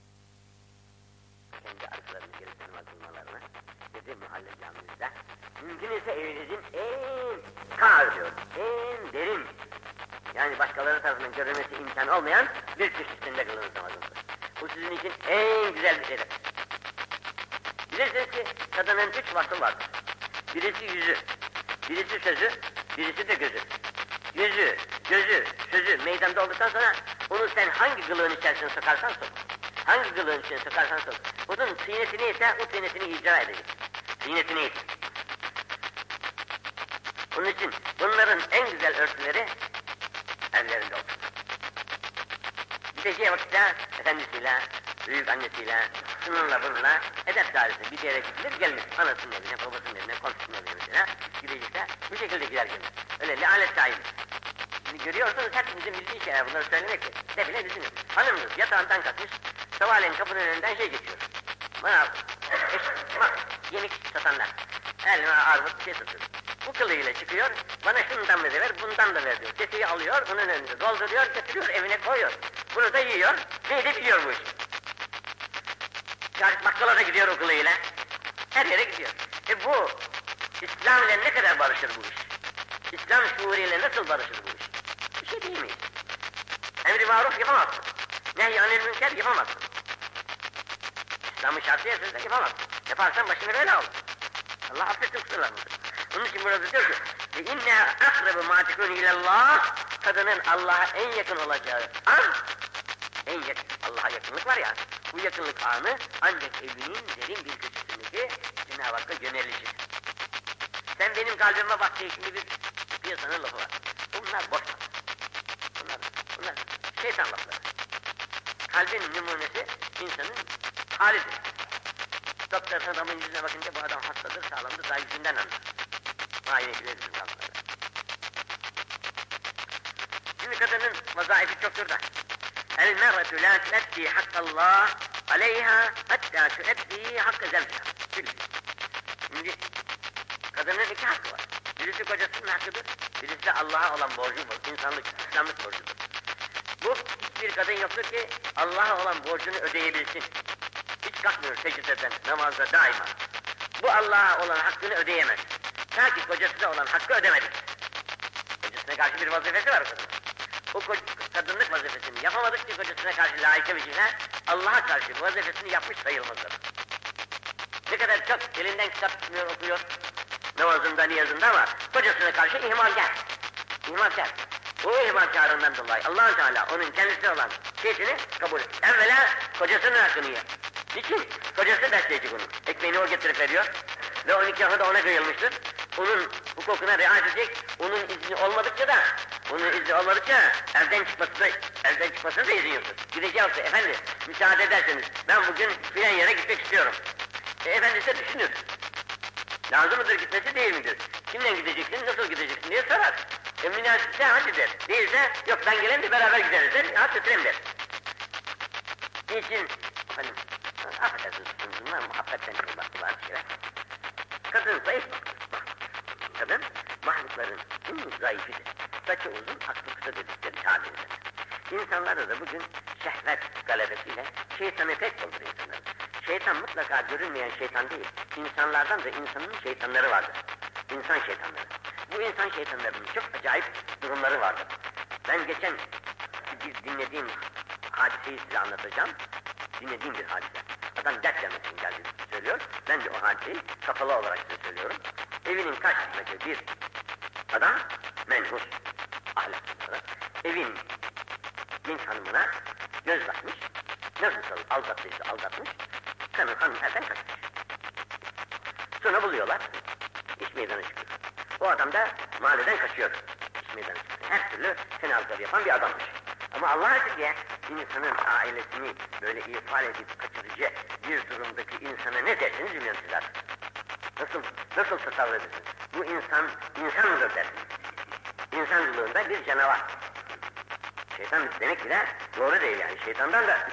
Kendi arkalarını geri tanıma kılmalarını dedi mahalle camimizde. Mümkün ise evinizin en kar diyor, en derin, yani başkaları tarafından görülmesi imkan olmayan bir köşesinde kılınız namazınızı. Bu sizin için en güzel bir şeydir. Bilirsiniz ki kadının üç vasfı vardır. Birisi yüzü, birisi sözü, birisi de gözü. Yüzü, gözü, sözü meydanda olduktan sonra onu sen hangi kılığın içerisine sokarsan sok. Hangi kılığın içine sokarsan sok. Bunun zineti neyse o zinetini icra edecek. Zineti neyse. Onun için bunların en güzel örtüleri evlerinde olur. Gideceği vakitte efendisiyle, büyük annesiyle, şununla bununla edep dairesi bir yere gidilir gelinir. Anasının evine, babasının evine, komşusunun evine mesela gidecekse bu şekilde gider gelinir. Öyle lealet sahibi. Şimdi görüyorsunuz hepimizin bildiği şeyler bunları söylemek ki. Ne bile düşünün. Hanımınız yatağından kalkmış, sabahleyin kapının önünden şey geçiyor. Bana eş, bak, yemek satanlar. Elime armut bir şey satıyor. Bu kılığıyla çıkıyor, bana şundan da ver, bundan da ver diyor. Kesiyi alıyor, onun önünde dolduruyor, getiriyor, evine koyuyor. Bunu da yiyor, ne de biliyor bu iş. Yani bakkala da gidiyor o kılığıyla. Her yere gidiyor. E bu, İslam ile ne kadar barışır bu iş? İslam şuuruyla nasıl barışır bu iş? Bir şey değil mi? Emri maruf yapamazsın. Nehy-i münker yapamazsın. İslam'ın şartı yazıyorsa yapamazsın. Yaparsan başına bela olur. Allah affetsin kusurlarımızı. Onun için burada diyor ki اِنَّا اَقْرَبُ مَا تَكُونُ اِلَى اللّٰهِ Kadının Allah'a en yakın olacağı an, en yakın, Allah'a yakınlık var ya, bu yakınlık anı ancak evinin derin bir köşesindeki Cenab-ı Hakk'a yönelişir. Sen benim kalbime bak diye şimdi bir piyasanın lafı var. Bunlar boş laf. Bunlar, bunlar şeytan lafları. Kalbin numunesi insanın halidir. Doktor adamın yüzüne bakınca bu adam hastadır, sağlamdır, daha yüzünden anlar. Muayeneciler bizim lafları. Şimdi kadının vazaifi çoktur da. El-mer'atu la tu'eddi hakkallah aleyha hatta tu'eddi hakkı zevciha. Şimdi kadının iki hakkı var. Birisi kocasının hakkıdır, birisi de Allah'a olan borcudur, insanlık, İslamlık borcudur. Bu hiçbir kadın yoktur ki Allah'a olan borcunu ödeyebilsin. Hiç kalkmıyor secdeden, namazda daima. Bu Allah'a olan hakkını ödeyemez. Ta ki kocasına olan hakkı ödemedik. Kocasına karşı bir vazifesi var o kadının. O kadınlık vazifesini yapamadıkça kocasına karşı layıkı vecihine Allah'a karşı vazifesini yapmış sayılmazlar. Ne kadar çok elinden kitap tutmuyor, okuyor, namazında, niyazında ama kocasına karşı ihmalkar. İhmalkar. O ihmalkarından dolayı Allah-u Teala onun kendisine olan şeysini kabul et. Evvela kocasının hakkını yer. Niçin? Kocası besleyecek onu. Ekmeğini o getirip veriyor ve o nikahı da ona kıyılmıştır. Onun hukukuna riayet edecek, onun izni olmadıkça da, onun izni olmadıkça evden çıkması da, evden çıkmasına da izin yoktur. Gideceği olsa, efendi müsaade ederseniz ben bugün filan yere gitmek istiyorum. E, efendi ise düşünür. Lazım mıdır gitmesi değil midir? Kimle gideceksin, nasıl gideceksin diye sorar. E münasipse hadi der. Değilse yok ben geleyim de beraber gideriz der. Ha götüreyim der. Niçin? Efendim, affedersiniz bunlar muhabbetten çok baktılar bir şeyler. Kadın zayıf. Kadın mahlukların en zayıfidir. Saçı uzun, aklı kısa dedikleri tabirler. İnsanlarda da bugün şehvet galebesiyle şeytanı pek olur insanlar. Şeytan mutlaka görünmeyen şeytan değil. İnsanlardan da insanın şeytanları vardır. İnsan şeytanları. Bu insan şeytanlarının çok acayip durumları vardır. Ben geçen bir dinlediğim hadiseyi size anlatacağım. Dinlediğim bir hadise. Adam dert yanmak için geldi söylüyor. Ben de o hadiseyi kapalı olarak size söylüyorum. Evinin karşısındaki bir adam menhus ahlaklı. Evin genç hanımına göz bakmış. Nasıl aldattıysa aldatmış. Kanı hanım elden kaçmış. Sonra buluyorlar. İş meydana çıkıyor. O adam da mahalleden kaçıyor. İş meydana çıkıyor. Her türlü fenalıkları yapan bir adammış. Ama Allah'a şükür insanın ailesini böyle ifade edip kaçırıcı bir durumdaki insana ne dersiniz bilmiyorum siz artık. Nasıl, nasıl tasavvur edersiniz? Bu insan, insandır dersiniz. İnsancılığında bir canavar. Şeytan demek ki de doğru değil yani. Şeytandan da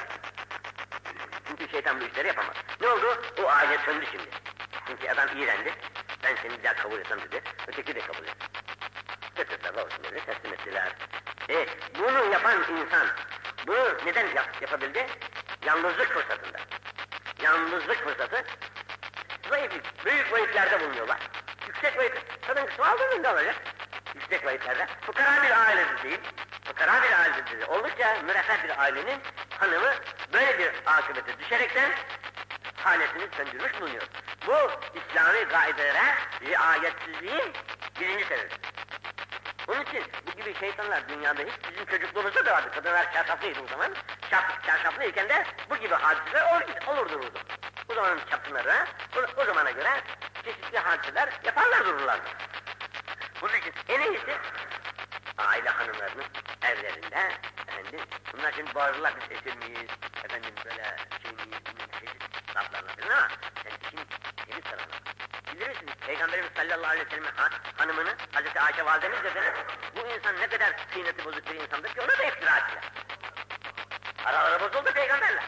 çünkü şeytan bu işleri yapamaz. Ne oldu? O aile söndü şimdi. Çünkü adam iğrendi. Ben seni bir daha kabul etsem dedi. Öteki de kabul etti. Götürdüler babasını öyle teslim ettiler. E, bunu yapan insan, bunu neden yap, yapabildi? Yalnızlık fırsatında. Yalnızlık fırsatı, zayıflık, büyük vahitlerde bulunuyorlar. Yüksek vahit, kadın kısmı aldığında olacak. Yüksek vahitlerde, fukara bir ailesi değil, fukara bir ailesi değil. Oldukça müreffeh bir ailenin hanımı böyle bir akıbete düşerekten halesini söndürmüş bulunuyor. Bu İslami gaidelere riayetsizliğin birinci sebebi. Onun için bu gibi şeytanlar dünyada hiç bizim çocukluğumuzda da vardı. Kadınlar çarşaflıydı o zaman. Şarf, çarşaflıyken de bu gibi hadiseler olur, olur dururdu. O zamanın çapkınları, o, o zamana göre çeşitli hadiseler yaparlar dururlardı. Bunun için en iyisi aile hanımlarının evlerinde efendim, bunlar şimdi bağırırlar biz esir miyiz, efendim böyle şey miyiz, çeşit laflarla filan ama sen işin temiz tarafına. Bilirsiniz Peygamberimiz sallallahu aleyhi ve sellem'in ha, hanımını Hazreti Ayşe validemiz dedi, bu insan ne kadar kıymeti bozuk bir insandır ki ona da iftira ettiler. Araları bozuldu peygamberle.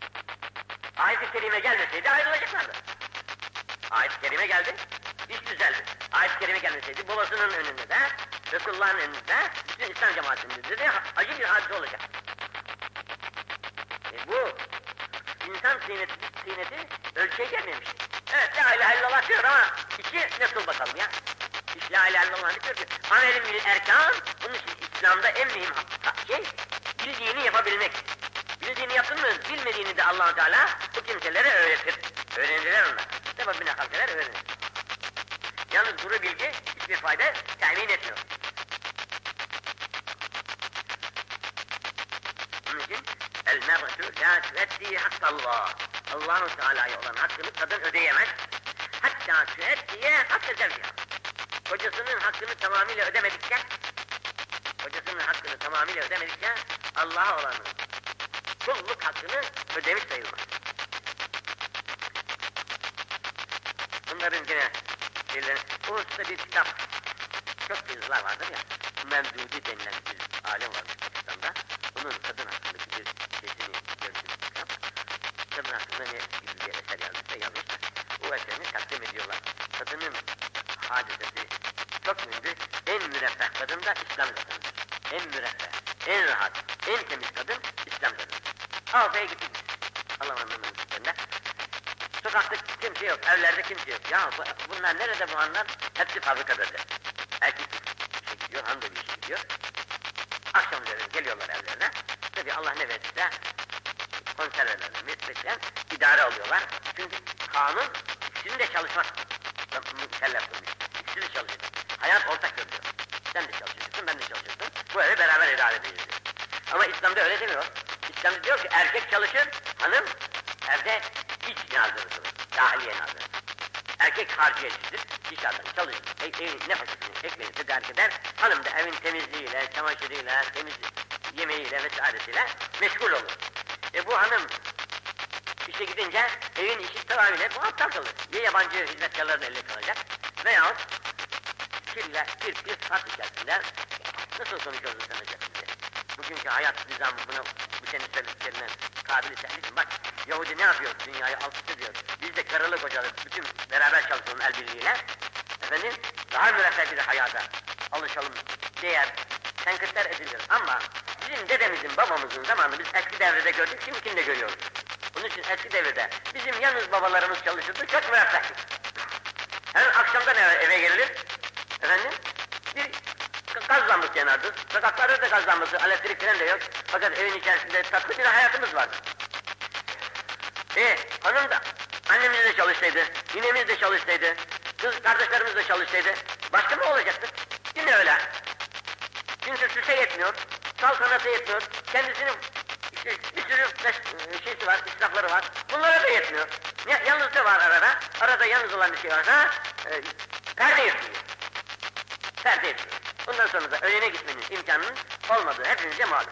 Ayet-i kerime gelmeseydi ayrılacaklardı. Ayet-i kerime geldi, iş düzeldi. Ayet-i kerime gelmeseydi babasının önünde de, Resulullah'ın önünde, bütün İslam cemaatinde de acı bir hadise olacak. E bu insan kıymeti, kıymeti ölçüye gelmemiş. Evet la ilahe illallah diyor ama içi nasıl bakalım ya? İş la ilahe illallah diyor ki amelin bil erkan, bunun için İslam'da en mühim şey bildiğini yapabilmek. Bildiğini yaptın mı, bilmediğini de Allah-u Teala bu kimselere öğretir. Öğrenirler onlar. Sebebine kalseler öğrenir. Yalnız kuru bilgi hiçbir fayda temin etmiyor. Onun için el-mer'atu la tu'eddi hakkallah. Allah-u Teala'ya olan hakkını kadın ödeyemez. Hatta tu'eddiye hakkı zevciha. Kocasının hakkını tamamıyla ödemedikçe, kocasının hakkını tamamıyla ödemedikçe Allah'a olan kulluk hakkını ödemiş sayılmaz. Bunların yine şeyleri, bu hususta bir kitap, çok yazılar vardır ya, Mevdudi denilen bir alim var Pakistan'da, bunun kadın hakkındaki bir şeysini görüşürüz kitap. Kadın hakkında ne gibi bir eser yazmışsa yazmışlar. Bu eserini takdim ediyorlar. Kadının hadisesi çok mühimdir. En müreffeh kadın da İslam kadınıdır. En müreffeh, en rahat, en temiz kadın İslam kadınıdır. Ağzaya gittik. Allah'ın anlamında. Sokakta kimse yok, evlerde kimse yok. Ya bu, bunlar nerede bu anlar? Hepsi fabrikadadır. Erkek işe gidiyor, hanım da bir işe gidiyor. Akşamları geliyorlar evlerine. Tabii Allah ne verirse konservelerle, meslekten idare alıyorlar. Çünkü kanun ikisini de çalışmak mükellef kılmış. İkisi de çalışacak. Hayat ortak görüyor. Sen de çalışacaksın, ben de çalışacaksın. Bu evi beraber idare edeceğiz diyor. Ama İslam'da öyle demiyor. İslam'da diyor ki erkek çalışır, hanım evde iç nazırı kılır. Dahiliye nazırı. Erkek harciyecidir, dışarıdan çalışır. E, e, nefesini, ekmeğini tedarik eder. Hanım da evin temizliğiyle, çamaşırıyla, temiz yemeğiyle vesairesiyle meşgul olur. E bu hanım işe gidince evin işi tamamıyla muhatap kalır. Ya yabancı hizmetkarların eline kalacak veyahut kirle, kir, kir, sıfat içerisinde nasıl konuşuyoruz sanacak bize. Bugünkü hayat nizamı bunu bu senin söylediklerinden kabili tehlikeli. Bak Yahudi ne yapıyor? Dünyayı alt üst ediyor. Biz de karılı kocalı bütün beraber çalışalım el birliğiyle. Efendim daha müreffeh bir hayata alışalım diğer tenkitler edilir. Ama bizim dedemizin babamızın zamanını biz eski devrede gördük, şimdikini de görüyoruz. Bunun için eski devirde bizim yalnız babalarımız çalışırdı, çok müreffehti. Her akşamdan eve, eve gelilir, efendim, bir gaz lambası yanardı. Sokaklarda da gaz lambası, elektrik falan da yok. Fakat evin içerisinde tatlı bir hayatımız vardı. E hanım da, annemiz de çalışsaydı, ninemiz de çalışsaydı, kız kardeşlerimiz de çalışsaydı, başka mı olacaktı? Yine öyle. Çünkü süse yetmiyor, saltanata yetmiyor, kendisinin işte bir sürü şeysi var, israfları var, bunlara da yetmiyor. Ya, yalnız da var arada, arada yalnız olan bir şey varsa, e, perde yetmiyor. Perde yetmiyor. Bundan sonra da önüne gitmenin imkanının olmadığı hepinize malum.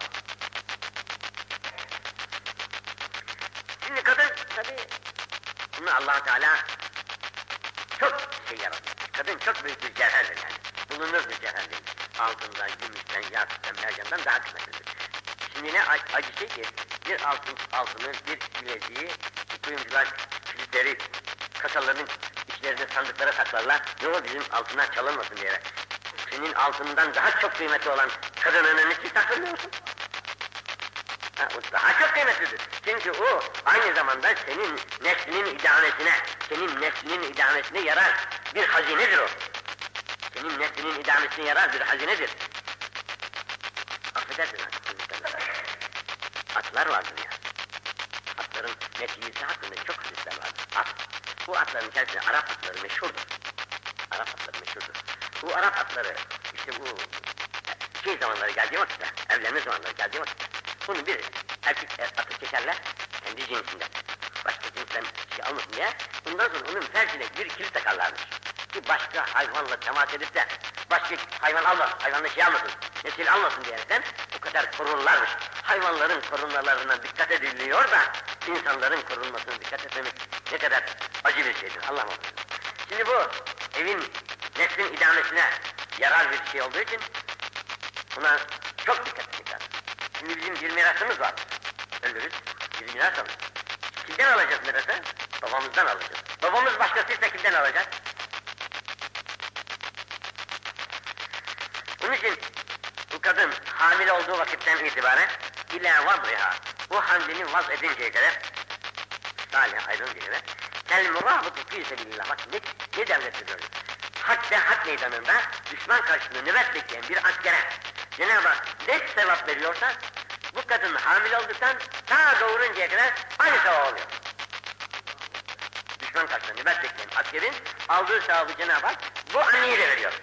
Şimdi kadın tabii, bunu Allah-u Teala çok şey yaratmış. Kadın çok büyük bir cevherdir yani. Bulunur bir cevherdir. Altından, gümüşten, yakuttan, mercandan daha kıymetlidir. Şimdi ne acı şey ki, bir altın, altını, bir bileziği, kuyumcular, kilitleri, kasalarının içlerine sandıklara saklarlar. Yok bizim altından çalınmasın diye. Senin altından daha çok kıymetli olan kadınının için saklanıyorsun. Ha, o daha çok kıymetlidir. Çünkü o aynı zamanda senin neslinin idamesine, senin neslinin idamesine yarar bir hazinedir o. Senin neslinin idamesine yarar bir hazinedir. Affedersin artık. Atlar vardır ya. Atların neslisi hakkında çok hadisler vardır. At. Bu atların içerisinde Arap atları meşhurdur. Arap atları meşhurdur. Bu Arap atları işte bu şey zamanları geldiği vakitte, evlenme zamanları geldiği vakitte bunu bir erkek atı çekerler kendi cinsinden. Başka cinsten şey almasın diye. Bundan sonra onun fercine bir kilit takarlarmış. Ki başka hayvanla temas edip de başka hayvan almasın, hayvanla şey almasın, nesil almasın diyerekten o kadar korunurlarmış. Hayvanların korunmalarına dikkat ediliyor da insanların korunmasına dikkat etmemek ne kadar acı bir şeydir. Allah muhafaza. Şimdi bu evin neslin idamesine yarar bir şey olduğu için buna çok dikkat etmek lazım. Şimdi bizim bir mirasımız var. Ölürüz, bir miras alırız. Kimden alacağız mirası? Babamızdan alacağız. Babamız başkasıysa kimden alacak? Bunun için bu kadın hamile olduğu vakitten itibaren ila vadriha, bu hamlini vaz edinceye kadar salih ayrılıncaya kadar kel murabıtı fî sebilillah. Bak ne, ne devlettir böyle. Hak ve hak meydanında düşman karşısında nöbet bekleyen bir askere Cenab-ı Hak ne sevap veriyorsa Bu kadın hamile olduktan ta doğuruncaya kadar aynı sevap oluyor. Düşman karşısında nöbet bekleyen askerin aldığı sevabı Cenab-ı Hak bu anneye de veriyor.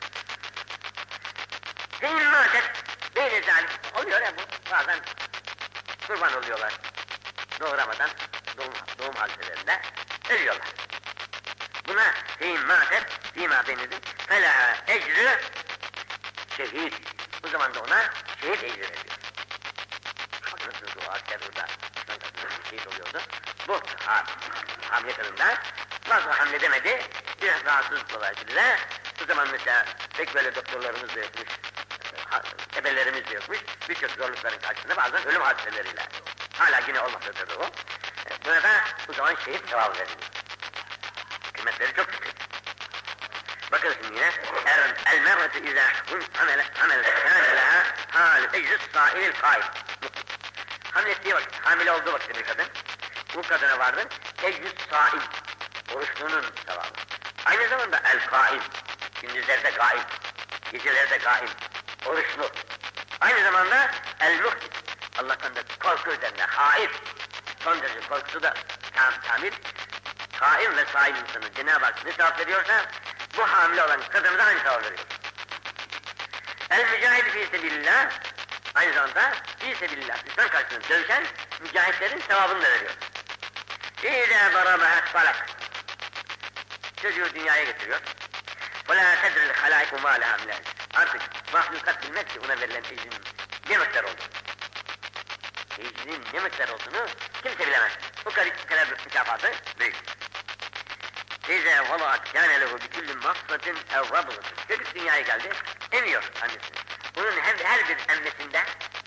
Zeyn mâtet beyni zalim oluyor ya bu. Bazen kurban oluyorlar. Doğuramadan doğum, doğum hadiselerinde ölüyorlar. Buna zeyn mâtet fîmâ benizim felâhâ ecrü şehit. Bu zaman da ona şehit ecri veriyor. Bakınız o asker burada şehit oluyordu. Bu ha, hamile kadınlar fazla hamle demedi. Biraz rahatsız dolayısıyla bu zaman mesela pek böyle doktorlarımız da yokmuş, ebelerimiz de yokmuş. Birçok zorlukların karşısında bazen ölüm hadiseleriyle. Hala yine olmaktadır o. Buna da bu zaman şehit sevabı veriliyor. Kıymetleri çok yüksek. Bakın şimdi yine el mer'atu izâ hamele hamele kâne leha hâl ecrüs sâilil kâib. Hamle ettiği vakit, hamile olduğu vakit bir kadın, bu kadına vardır, ecrüs sâil, oruçluğunun sevabı. Aynı zamanda el kâib, gündüzlerde gâib, gecelerde gâib, oruçlu. Aynı zamanda el muhtis, Allah'tan da korku üzerinde, haif, son derece korkusu da tam tamir, kaim ve sahip insanı Cenab-ı Hak ne sevap veriyorsa, bu hamile olan kadına da aynı sevap veriyor. El mücahid fî sebilillah, aynı zamanda fî sebilillah, İslam karşısında dövüşen mücahitlerin sevabını da veriyor. İzâ darabâhet falak, çocuğu dünyaya getiriyor. وَلَا تَدْرِ الْخَلَائِكُ مَا لَهَا مِنَ Artık mahlukat bilmez ki ona verilen ecrin ne miktar olduğunu. Ecrin ne miktar olduğunu kimse bilemez. Bu kadar mükafatı büyük. اِذَا وَضَعَتْ كَانَ لَهُ بِكُلِّ مَصْفَةٍ اَوْ رَبْضٍ Çocuk dünyaya geldi, emiyor annesini. Bunun her, her bir emmesinde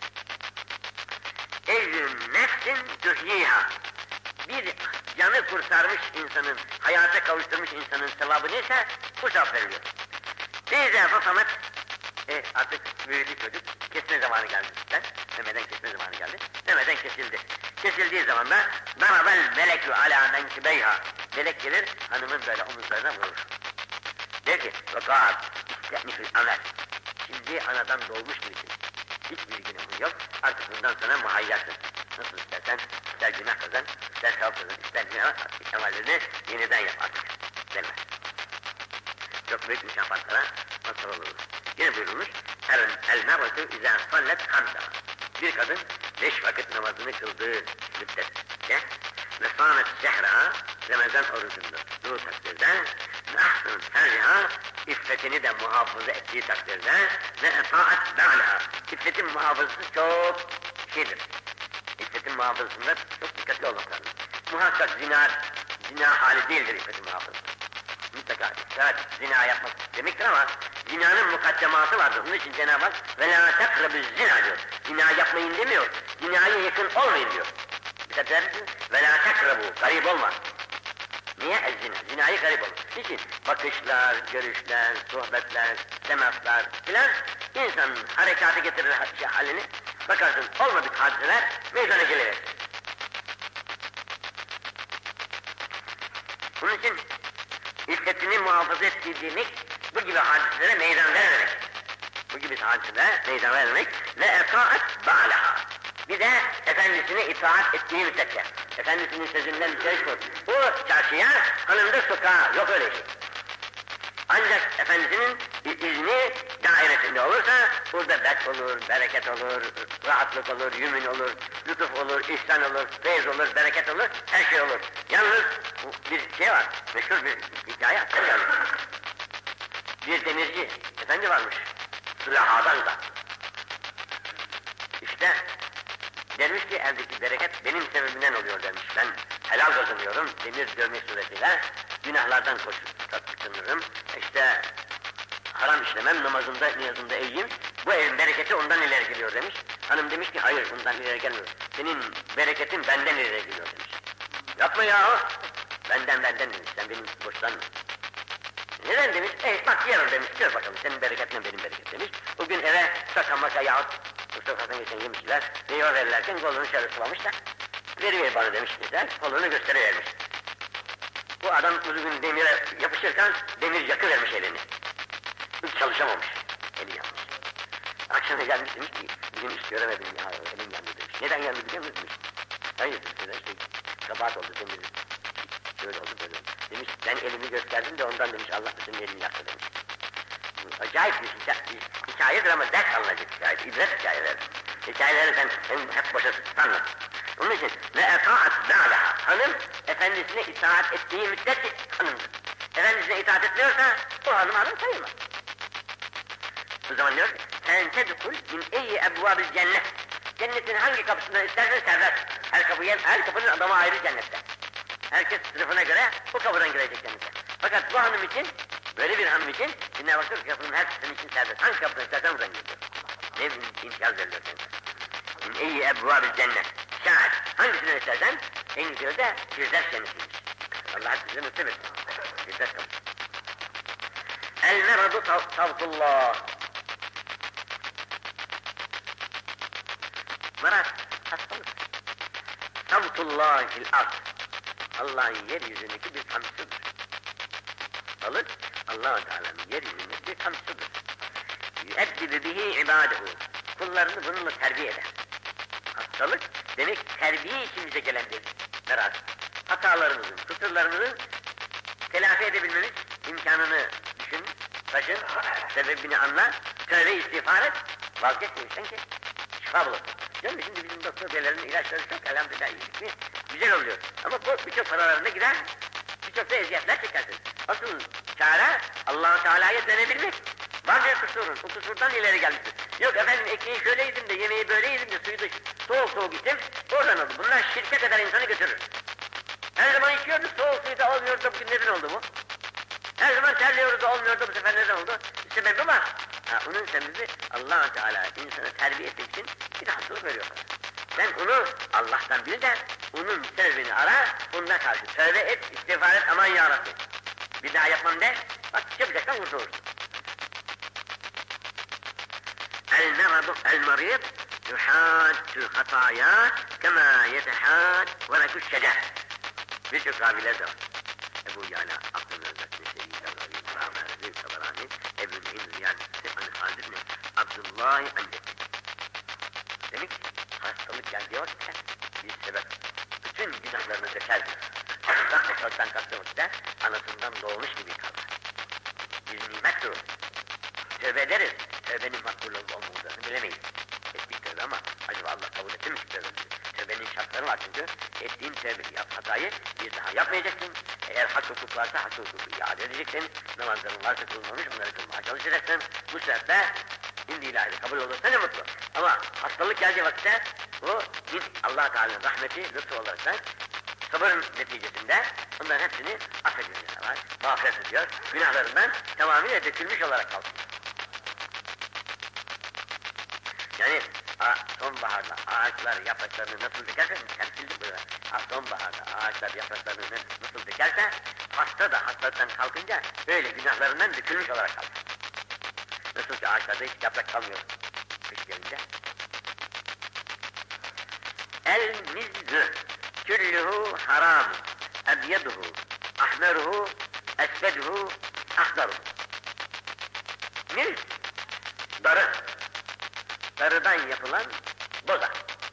اَجْرٌ نَفْسٍ تُحْيِيهَا Bir canı kurtarmış insanın, hayata kavuşturmuş insanın sevabı neyse bu sevap veriliyor. اِذَا فَصَمَتْ E artık büyüdü çocuk, kesme zamanı geldi sizden, memeden kesme zamanı geldi, memeden kesildi. Kesildiği zaman da دَرَبَ الْمَلَكُ عَلَى مَنْكِبَيْهَا Melek gelir, hanımın böyle omuzlarına vurur. Der ki, وَقَعَدْ اِسْتَأْنِفِ الْعَمَلِ Şimdi anadan doğmuş birisin. Hiçbir günahın yok, artık bundan sonra muhayyarsın. Nasıl istersen, ister günah kazan, ister sevap kazan, ister günah amellerini yeniden yap artık. Denmez. Çok büyük mükafatlara mazhar oluruz. Yine buyurulmuş, el-mer'atu izâ sallet hamsa. Bir kadın beş vakit namazını kıldığı müddetçe ve sâmet şehra Ramazan orucunda durduğu takdirde ve ahsın ferriha iffetini de muhafaza ettiği takdirde ve etaat ba'laha iffetin muhafazası çok şeydir. İffetin muhafazasında çok dikkatli olmak lazım. Muhakkak zina, zina hali değildir iffetin muhafazası. Mutlaka itaat, zina yapmak demektir ama zinanın mukaddematı vardır. Bunun için Cenab-ı Hak وَلَا تَقْرَبُ zina diyor. Zina yapmayın demiyor, zinaya yakın olmayın diyor. Dikkat eder misiniz? وَلَا تَقْرَبُ, garip olma. Niye? El-zina, zinayı garip olma. Niçin? Bakışlar, görüşler, sohbetler, temaslar filan insanın harekatı getirir halini. Bakarsın olmadık hadiseler meydana geliverir. Bunun için İffetini muhafaza ettiği demek, bu gibi hadiselere meydan vermemek. Bu gibi hadiselere meydan vermemek ve etaat ba'laha. Bir de efendisine itaat ettiği müddetçe. Efendisinin sözünden dışarı çıkıyor. Bu çarşıya, hanımda sokağa, yok öyle şey. Ancak efendisinin izni dairesinde olursa, burada berk olur, bereket olur, rahatlık olur, yümün olur, lütuf olur, ihsan olur, feyz olur, bereket olur, her şey olur. Yalnız bir şey var, meşhur bir hikaye hatırlıyorum. Bir demirci, efendi varmış, Sülaha'dan da. İşte, demiş ki evdeki bereket benim sebebimden oluyor demiş. Ben helal kazanıyorum, demir dövmek suretiyle, günahlardan kaçınırım. İşte, haram işlemem, namazımda, niyazımda eğeyim, bu evin bereketi ondan ileri geliyor demiş. Hanım demiş ki hayır, bundan ileri gelmiyor. Senin bereketin benden ileri geliyor demiş. Yapma yahu! Benden benden demiş, sen benim boşlanma. Neden demiş? E bak yarın demiş, gör bakalım senin bereketle benim bereket demiş. Bugün eve şaka maka yahut bu sokaktan geçen yemişler, meyve verirlerken kolunu şöyle sıvamış da veriver bana demiş güzel, kolunu gösterivermiş. Bu adam uzun demire yapışırken demir yakıvermiş elini. Hiç çalışamamış, eli yanmış. Akşama gelmiş demiş ki, bugün iş göremedim ya, elim yandı demiş. Neden yandı biliyor musun demiş. Hayır demiş, işte kabahat oldu demiş. Şöyle oldu böyle oldu. Demiş ben elimi gösterdim de ondan demiş Allah da senin elini yaktı demiş. Bu acayip bir hikaye, hikayedir ama ders alınacak hikaye, ibret hikayeler. Hikayeleri sen hep boşa sanma. Onun için ve etaat dâlaha, hanım efendisine itaat ettiği müddetçe hanımdır. Efendisine itaat etmiyorsa o hanım hanım sayılmaz. O zaman diyor ki sen tedkul min eyyi ebvâbil cennet. Cennetin hangi kapısından istersen serbest. Her kapıya, her kapının adamı ayrı cennette. Herkes sınıfına göre o kapıdan girecek cennete. Fakat bu hanım için, böyle bir hanım için Cenab-ı Hak diyor ki kapının her senin için serbest. Hangi kapıdan istersen buradan giriyor. Ne bir imtiyaz veriliyor kendine. Min eyyi ebvâbil cennet. Şahit. Hangisinden istersen en güzeli de Firdevs cennetiymiş. Allah bize nasip etsin. Firdevs kapısı. El meradu tavtullah. Marat, hastalık. Tavtullahil ard. Allah'ın yeryüzündeki bir kamçısıdır. Balık, Allah-u Teala'nın yeryüzündeki bir kamçısıdır. Yüeddibi bihi ibadehu. Kullarını bununla terbiye eder. Hastalık, demek terbiye için bize gelen bir merak. Hatalarımızın, kusurlarımızın telafi edebilmemiz imkanını düşün, taşın, sebebini anla, tövbe istiğfar et, vazgeçmemişsen ki şifa bulur. Canım şimdi bizim doktor beylerin ilaçları çok elhamdülillah iyi, güzel oluyor. Ama bu birçok paralarına gider, birçok da eziyetler çekersin. Asıl çare Allah-u Teala'ya dönebilmek. Var bir kusurun, o kusurdan ileri gelmiştir. Yok efendim ekmeği şöyle yedim de yemeği böyle yedim de suyu da soğuk soğuk içtim, oradan oldu. Bunlar şirke kadar insanı götürür. Her zaman içiyorduk, soğuk suyu da olmuyordu da bugün neden oldu bu? Her zaman terliyoruz da olmuyordu, bu sefer neden oldu? Sebebi var. Ha, onun sebebi Allah-u Teala insanı terbiye etmek için bir hastalık veriyor. Sen onu Allah'tan bil de, onun sebebini ara, onunla karşı tövbe et, istiğfar et, aman yarabbi. Bir daha yapmam de, bak yapacaksan kurtulursun. El-meradu el-marid yuhâddül hatâyâ kemâ yetehâd vereküş şecer. Birçok raviler de var. Ebu Yâla, Aklın Özbek, Neşe'yi, Ebrahim, Rahmer, Zevk, Tabarani, Ebu'l-İn, Ziyadesi, An-Halid ibn Abdullâhi Andek. Demek ki hastalık geldiği vakitte bir sebep. Bütün günahlarını dökerdi. Anından eşalttan kalktığı vakitte anasından doğmuş gibi kalır. Bir nimettir o. Tövbe ederiz. Tövbenin makbul olup olmadığını bilemeyiz. Ettik tövbe ama acaba Allah kabul etti mi tövbemizi? Tövbenin şartları var çünkü. Ettiğin tövbe yap, hatayı bir daha yapmayacaksın. Eğer hak hukuk varsa hak hukuku iade edeceksin. Namazların varsa kılmamış onları kılmaya çalışacaksın. Bu sebeple şimdi ilahi kabul olursa ne mutlu. Ama hastalık geldiği vakitte bu Allah Teala'nın rahmeti, lütfu olarak da sabır neticesinde onların hepsini affediyor. Mağfiret ediyor. Günahlarından tamamıyla dökülmüş olarak kalkıyor. Yani sonbaharda ağaçlar yapraklarını nasıl dökerse, temsilci böyle, sonbaharda ağaçlar yapraklarını nasıl dökerse, hasta da hastalıktan kalkınca böyle günahlarından dökülmüş olarak kalkıyor. Nasıl ki ağaçlarda hiç yaprak kalmıyor kış gelince. El-mizzü küllühü haram, ebyeduhu, ahmeruhu, esveduhu, ahdaruhu. Miz, darı. Darıdan yapılan boza.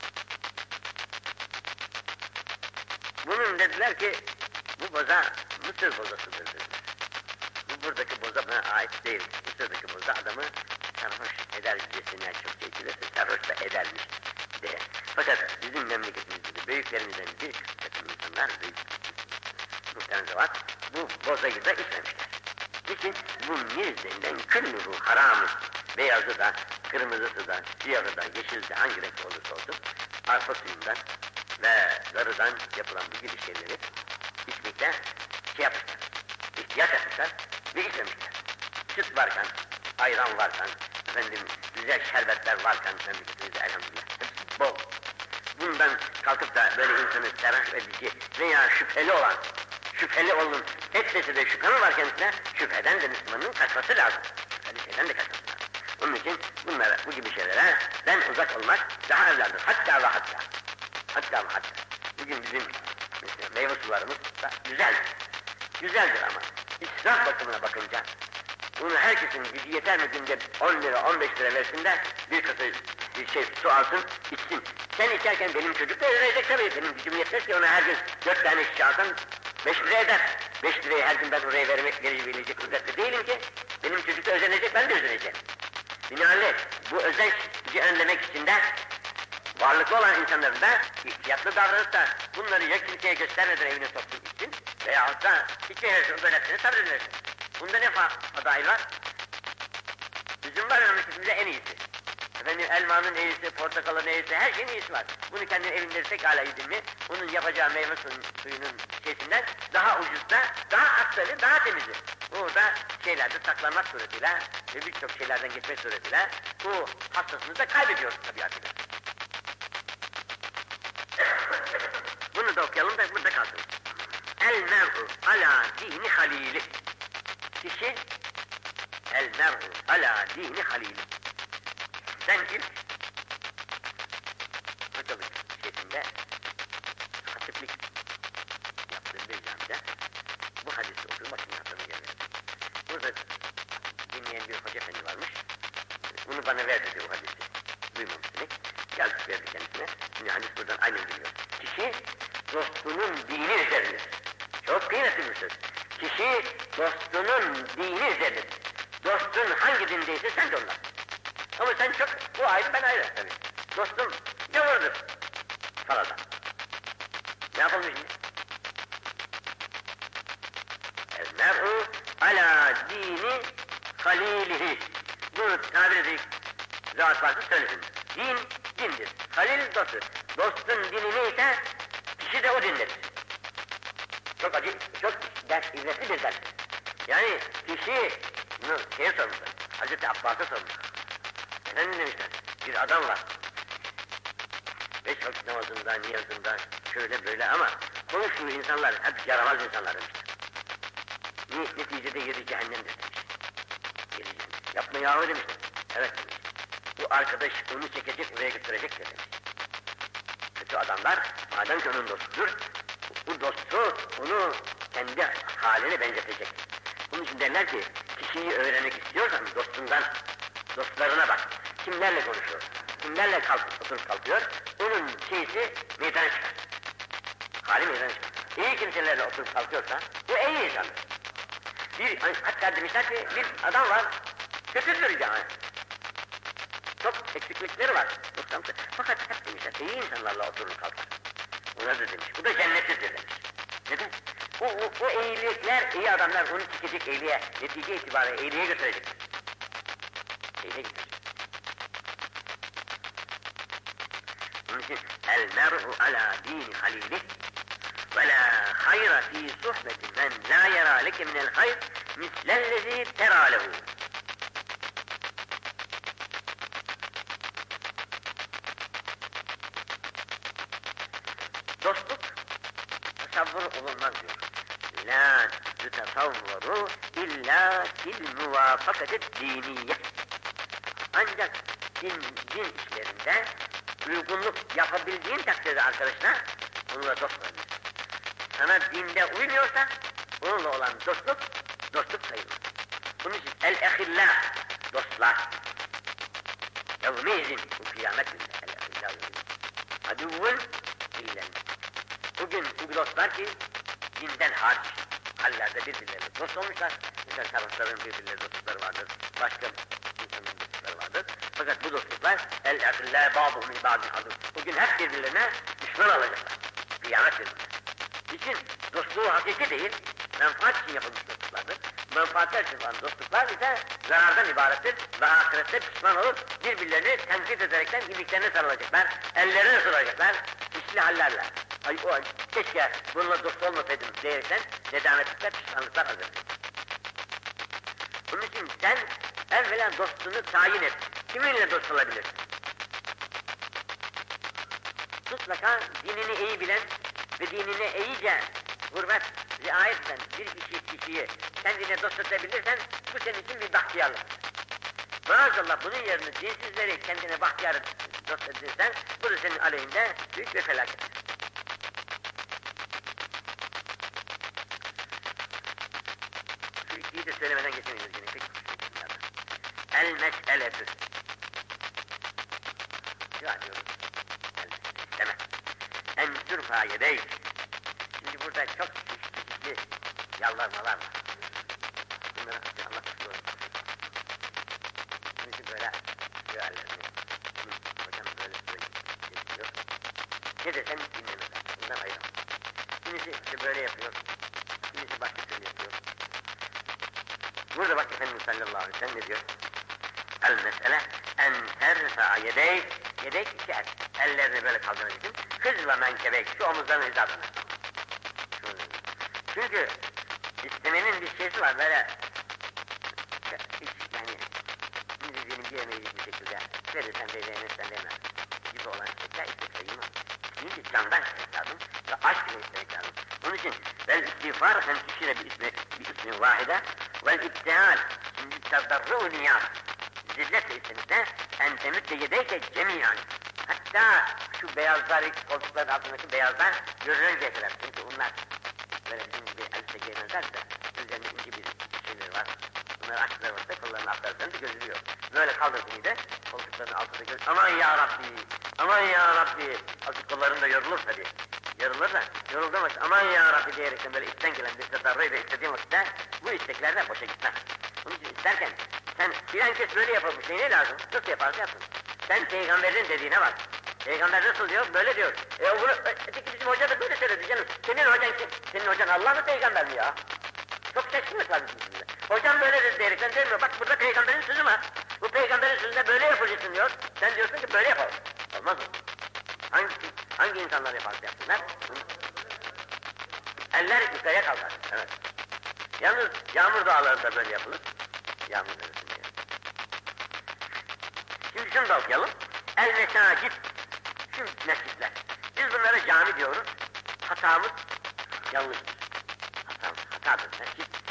Bunun dediler ki, bu boza Mısır bozasıdır dediler. Bu buradaki boza bana ait değil. Mısır'daki boza adamı sarhoş eder cesine çok çekilirse sarhoş da edermiş diye. Fakat bizim memleketimizde de büyüklerimizden bir kısım insanlar, büyük muhtemelen zevat, bu bozayı da içmemişler. Niçin? Bu mizdenden küllühü haramı. Beyazı da, kırmızısı da, siyahı da, yeşil de hangi renk olursa olsun arpa suyundan ve darıdan yapılan bu gibi şeyleri içmekte şey yapmışlar, ihtiyaç etmişler ve içmemişler. Süt varken, ayran varken, efendim güzel şerbetler varken memleketimizde elhamdülillah hepsi bol. Bundan kalkıp da böyle insanı sarhoş edici veya şüpheli olan, şüpheli olun, etmesi de şüphe mi var kendisine? Şüpheden de Müslümanın kaçması lazım. Şüpheli şeyden de kaçması lazım. Onun için bunlara, bu gibi şeylere ben uzak olmak daha evladır. Hatta ve hatta. Hatta ve hatta. Bugün bizim mesela meyve sularımız da güzeldir. Güzeldir ama israf bakımına bakınca bunu herkesin gücü yeter mi günde on lira, on beş lira versin de bir kasa bir şey su alsın, içsin. Sen içerken benim çocuk da öğrenecek tabii. Benim gücüm yetmez ki ona her gün dört tane şişe alsam beş lira eder. Beş lirayı her gün ben oraya vermek, verebilecek kudretli değilim ki. Benim çocuk da özenecek, ben de özeneceğim. Binaenaleyh bu özenci önlemek için de varlıklı olan insanların da ihtiyatlı davranıp da bunları ya kimseye göstermeden evine soksun için veya da hiçbir her böylesine sabredilirsin. Bunda ne fadail var? Üzüm var memleketimize en iyisi. Efendim elmanın iyisi, portakalın iyisi, her şeyin iyisi var. Bunu kendin evinde pekala yedin mi, onun yapacağı meyve suyunun şeysinden daha ucuzda, daha aktarı, daha temizi. Orada şeylerde saklanmak suretiyle ve birçok şeylerden geçmek suretiyle bu hastasını da kaybediyoruz tabiatıyla. Bunu da okuyalım da burada kalsın. El mer'u ala dini halili. Kişi el mer'u ala dini halili. Sen ilk Katolik şeysinde hatiplik yaptığın bir camide bu hadisi okuyun, bakın hatırını gelmedi. Burada dinleyen bir hoca efendi varmış. Bunu bana ver dedi o hadisi. Duymamışsın. Geldik verdi kendisine. Şimdi hadis buradan aynen geliyor. Kişi dostunun dini üzerinedir. Çok kıymetli bir söz. Kişi dostunun dini üzerinedir. Dostun hangi dindeyse sen de ondan. Ama sen çok, bu ayrı ben ayrı tabii. Dostum gavurdur. Salada. Ne yapalım şimdi? El-mer'u ala dini halilihi. Bunu tabir edip zat varsa söylesin. Din, dindir. Halil dostu. Dostun dini neyse kişi de o dindir. Çok acı, çok ders, ibretli bir ders. Yani kişi, bunu şeye sormuşlar, Hazreti Abbas'a sormuşlar. Efendim demişler, bir adam var. Beş vakit namazında, niyazında, şöyle böyle ama konuştuğu insanlar hep yaramaz insanlar demişler. Neticede yedi cehennemdir demiş. Yedi cehennem. Yapma yahu demişler. Evet demiş. Bu arkadaş onu çekecek, oraya götürecek demiş. Kötü adamlar, madem ki onun dostudur, bu dostu onu kendi haline benzetecek. Bunun için derler ki, kişiyi öğrenmek istiyorsan dostundan, dostlarına bak. Kimlerle konuşuyor, kimlerle kalk, oturup kalkıyor, onun şeysi meydana çıkar. Hali meydana çıkar. İyi kimselerle oturup kalkıyorsa, bu iyi insandır. Bir, hatta demişler ki, bir adam var, kötüdür yani. Çok eksiklikleri var. Fakat hep demişler, iyi insanlarla oturur kalkar. Ona da demiş, bu da cennetlidir demiş. Neden? O, o, o iyilikler, iyi adamlar onu çekecek iyiliğe, netice itibariyle iyiliğe götürecek. İyiliğe götürecek. Onun için, el-mer'u ala dini halilih ve la hayra fi suhbeti men la yara leke minel hayr mislellezi tera lehu. Dostluk tasavvur olunmaz diyor. La tutasavvuru illa fil muvafakatet diniye. Ancak din, din işlerinde uygunluk yapabildiğin takdirde arkadaşına onunla dost olabilir. Sana dinde uymuyorsa onunla olan dostluk, dostluk sayılır. Bunun için el-ehillâ, dostlar. Yevmeyizin, bu kıyamet günü el-ehillâ yevmeyizin. Aduvvun illen. Bugün bu dostlar ki dinden hariç hallerde birbirlerine dost olmuşlar. Mesela sarhoşların birbirlerine dostlukları vardır. Başka insanların dostlukları vardır. Fakat bu dostluklar el-ehillâ bâbuhum ibâdin adur. Bugün hep birbirlerine düşman olacaklar. Kıyamet günü. İçin dostluğu hakiki değil, menfaat için yapılmış dostluklardır. Menfaatler için olan dostluklar ise zarardan ibarettir ve ahirette pişman olup birbirlerini tenkit ederekten iliklerine sarılacaklar, ellerine sarılacaklar, işli hallerle. Ay o keşke bununla dost olmasaydım diyerekten nedametlikler, pişmanlıklar hazır. Bunun için sen evvela dostunu tayin et. Kiminle dost olabilirsin? Mutlaka dinini iyi bilen ve dinine iyice hürmet, riayet eden bir kişi, kişiyi kendine dost edebilirsen bu senin için bir bahtiyarlık. Maazallah bunun yerine dinsizleri kendine bahtiyar dost edilirsen bu da senin aleyhinde büyük bir felaket. Şu ikiyi de söylemeden geçemiyoruz yine. El mes'eletü dua diyoruz. İsteme. En zürfa yedeyk. Şimdi burada çok çeşitli yalvarmalar var. Bunları Allah tutuyor. Kimisi böyle dualarını, hocam böyle söylüyor. Ne desem dinlemezler. Bundan ayrılır. Kimisi işte böyle yapıyor. Kimisi başka türlü yapıyor. Burada bak Efendimiz sallallahu aleyhi ve sellem ne diyor? El mesele en terfa yedeyk. Yedeyk iki el. Ellerini böyle kaldıracaksın. Hızla menkebek. Şu omuzların hizasına. Çünkü istemenin bir şeysi var böyle. Hiç yani şimdi diyelim bir yemeği bir şekilde verirsen de yemezsen de yemez gibi olan şeyler istek sayılmaz. Çünkü candan istemek lazım ve aşk ile istemek lazım. Onun için vel istiğfar en tüşire bir ismi, bir ismi vahide vel ibtihal şimdi tazdarru niyaz zilletle istemekte en temütte yedeyke cemiyan hatta şu beyazlar, koltukların altındaki beyazlar görününceye kadar çünkü onlar böyle bizim gibi elbise giymezler de üzerinde ince bir şeyleri var. Bunları açtılar varsa kollarını atlarlarını görülüyor. Böyle kaldırdığını da koltuklarının altında görülüyor. Aman ya Rabbi, aman ya Rabbi. Azıcık kollarım da yorulur tabii. Yorulur da, yorulduğum vakit aman ya Rabbi diyerekten böyle içten gelen bir tasarruyla istediğim vakitte bu istekler de boşa gitmez. Onun için isterken sen filan kes böyle yapalım şey ne lazım? Nasıl yaparsa yapın. Sen peygamberin dediğine bak. Peygamber nasıl diyor? Böyle diyor. E bunu, öteki bizim hoca da böyle söyledi canım. Senin hocan kim? Senin hocan Allah mı peygamber mi ya? Çok şaşkınlık var bizim size. Hocam böyle dedi diyerekten demiyor. Bak burada peygamberin sözü var. Bu peygamberin sözünde böyle yapacaksın diyor. Sen diyorsun ki böyle yapalım. Olmaz mı? Hangi, hangi insanlar yaparsa yapsınlar? Hı? Eller yukarıya kalkar. Evet. Yalnız yağmur duaları böyle yapılır. Yağmur verirsin diye. Şimdi şunu da okuyalım. El mesacid. Şu mescitler. Biz bunlara cami diyoruz. Hatamız yanlıştır. Hatamız hatadır. Mescid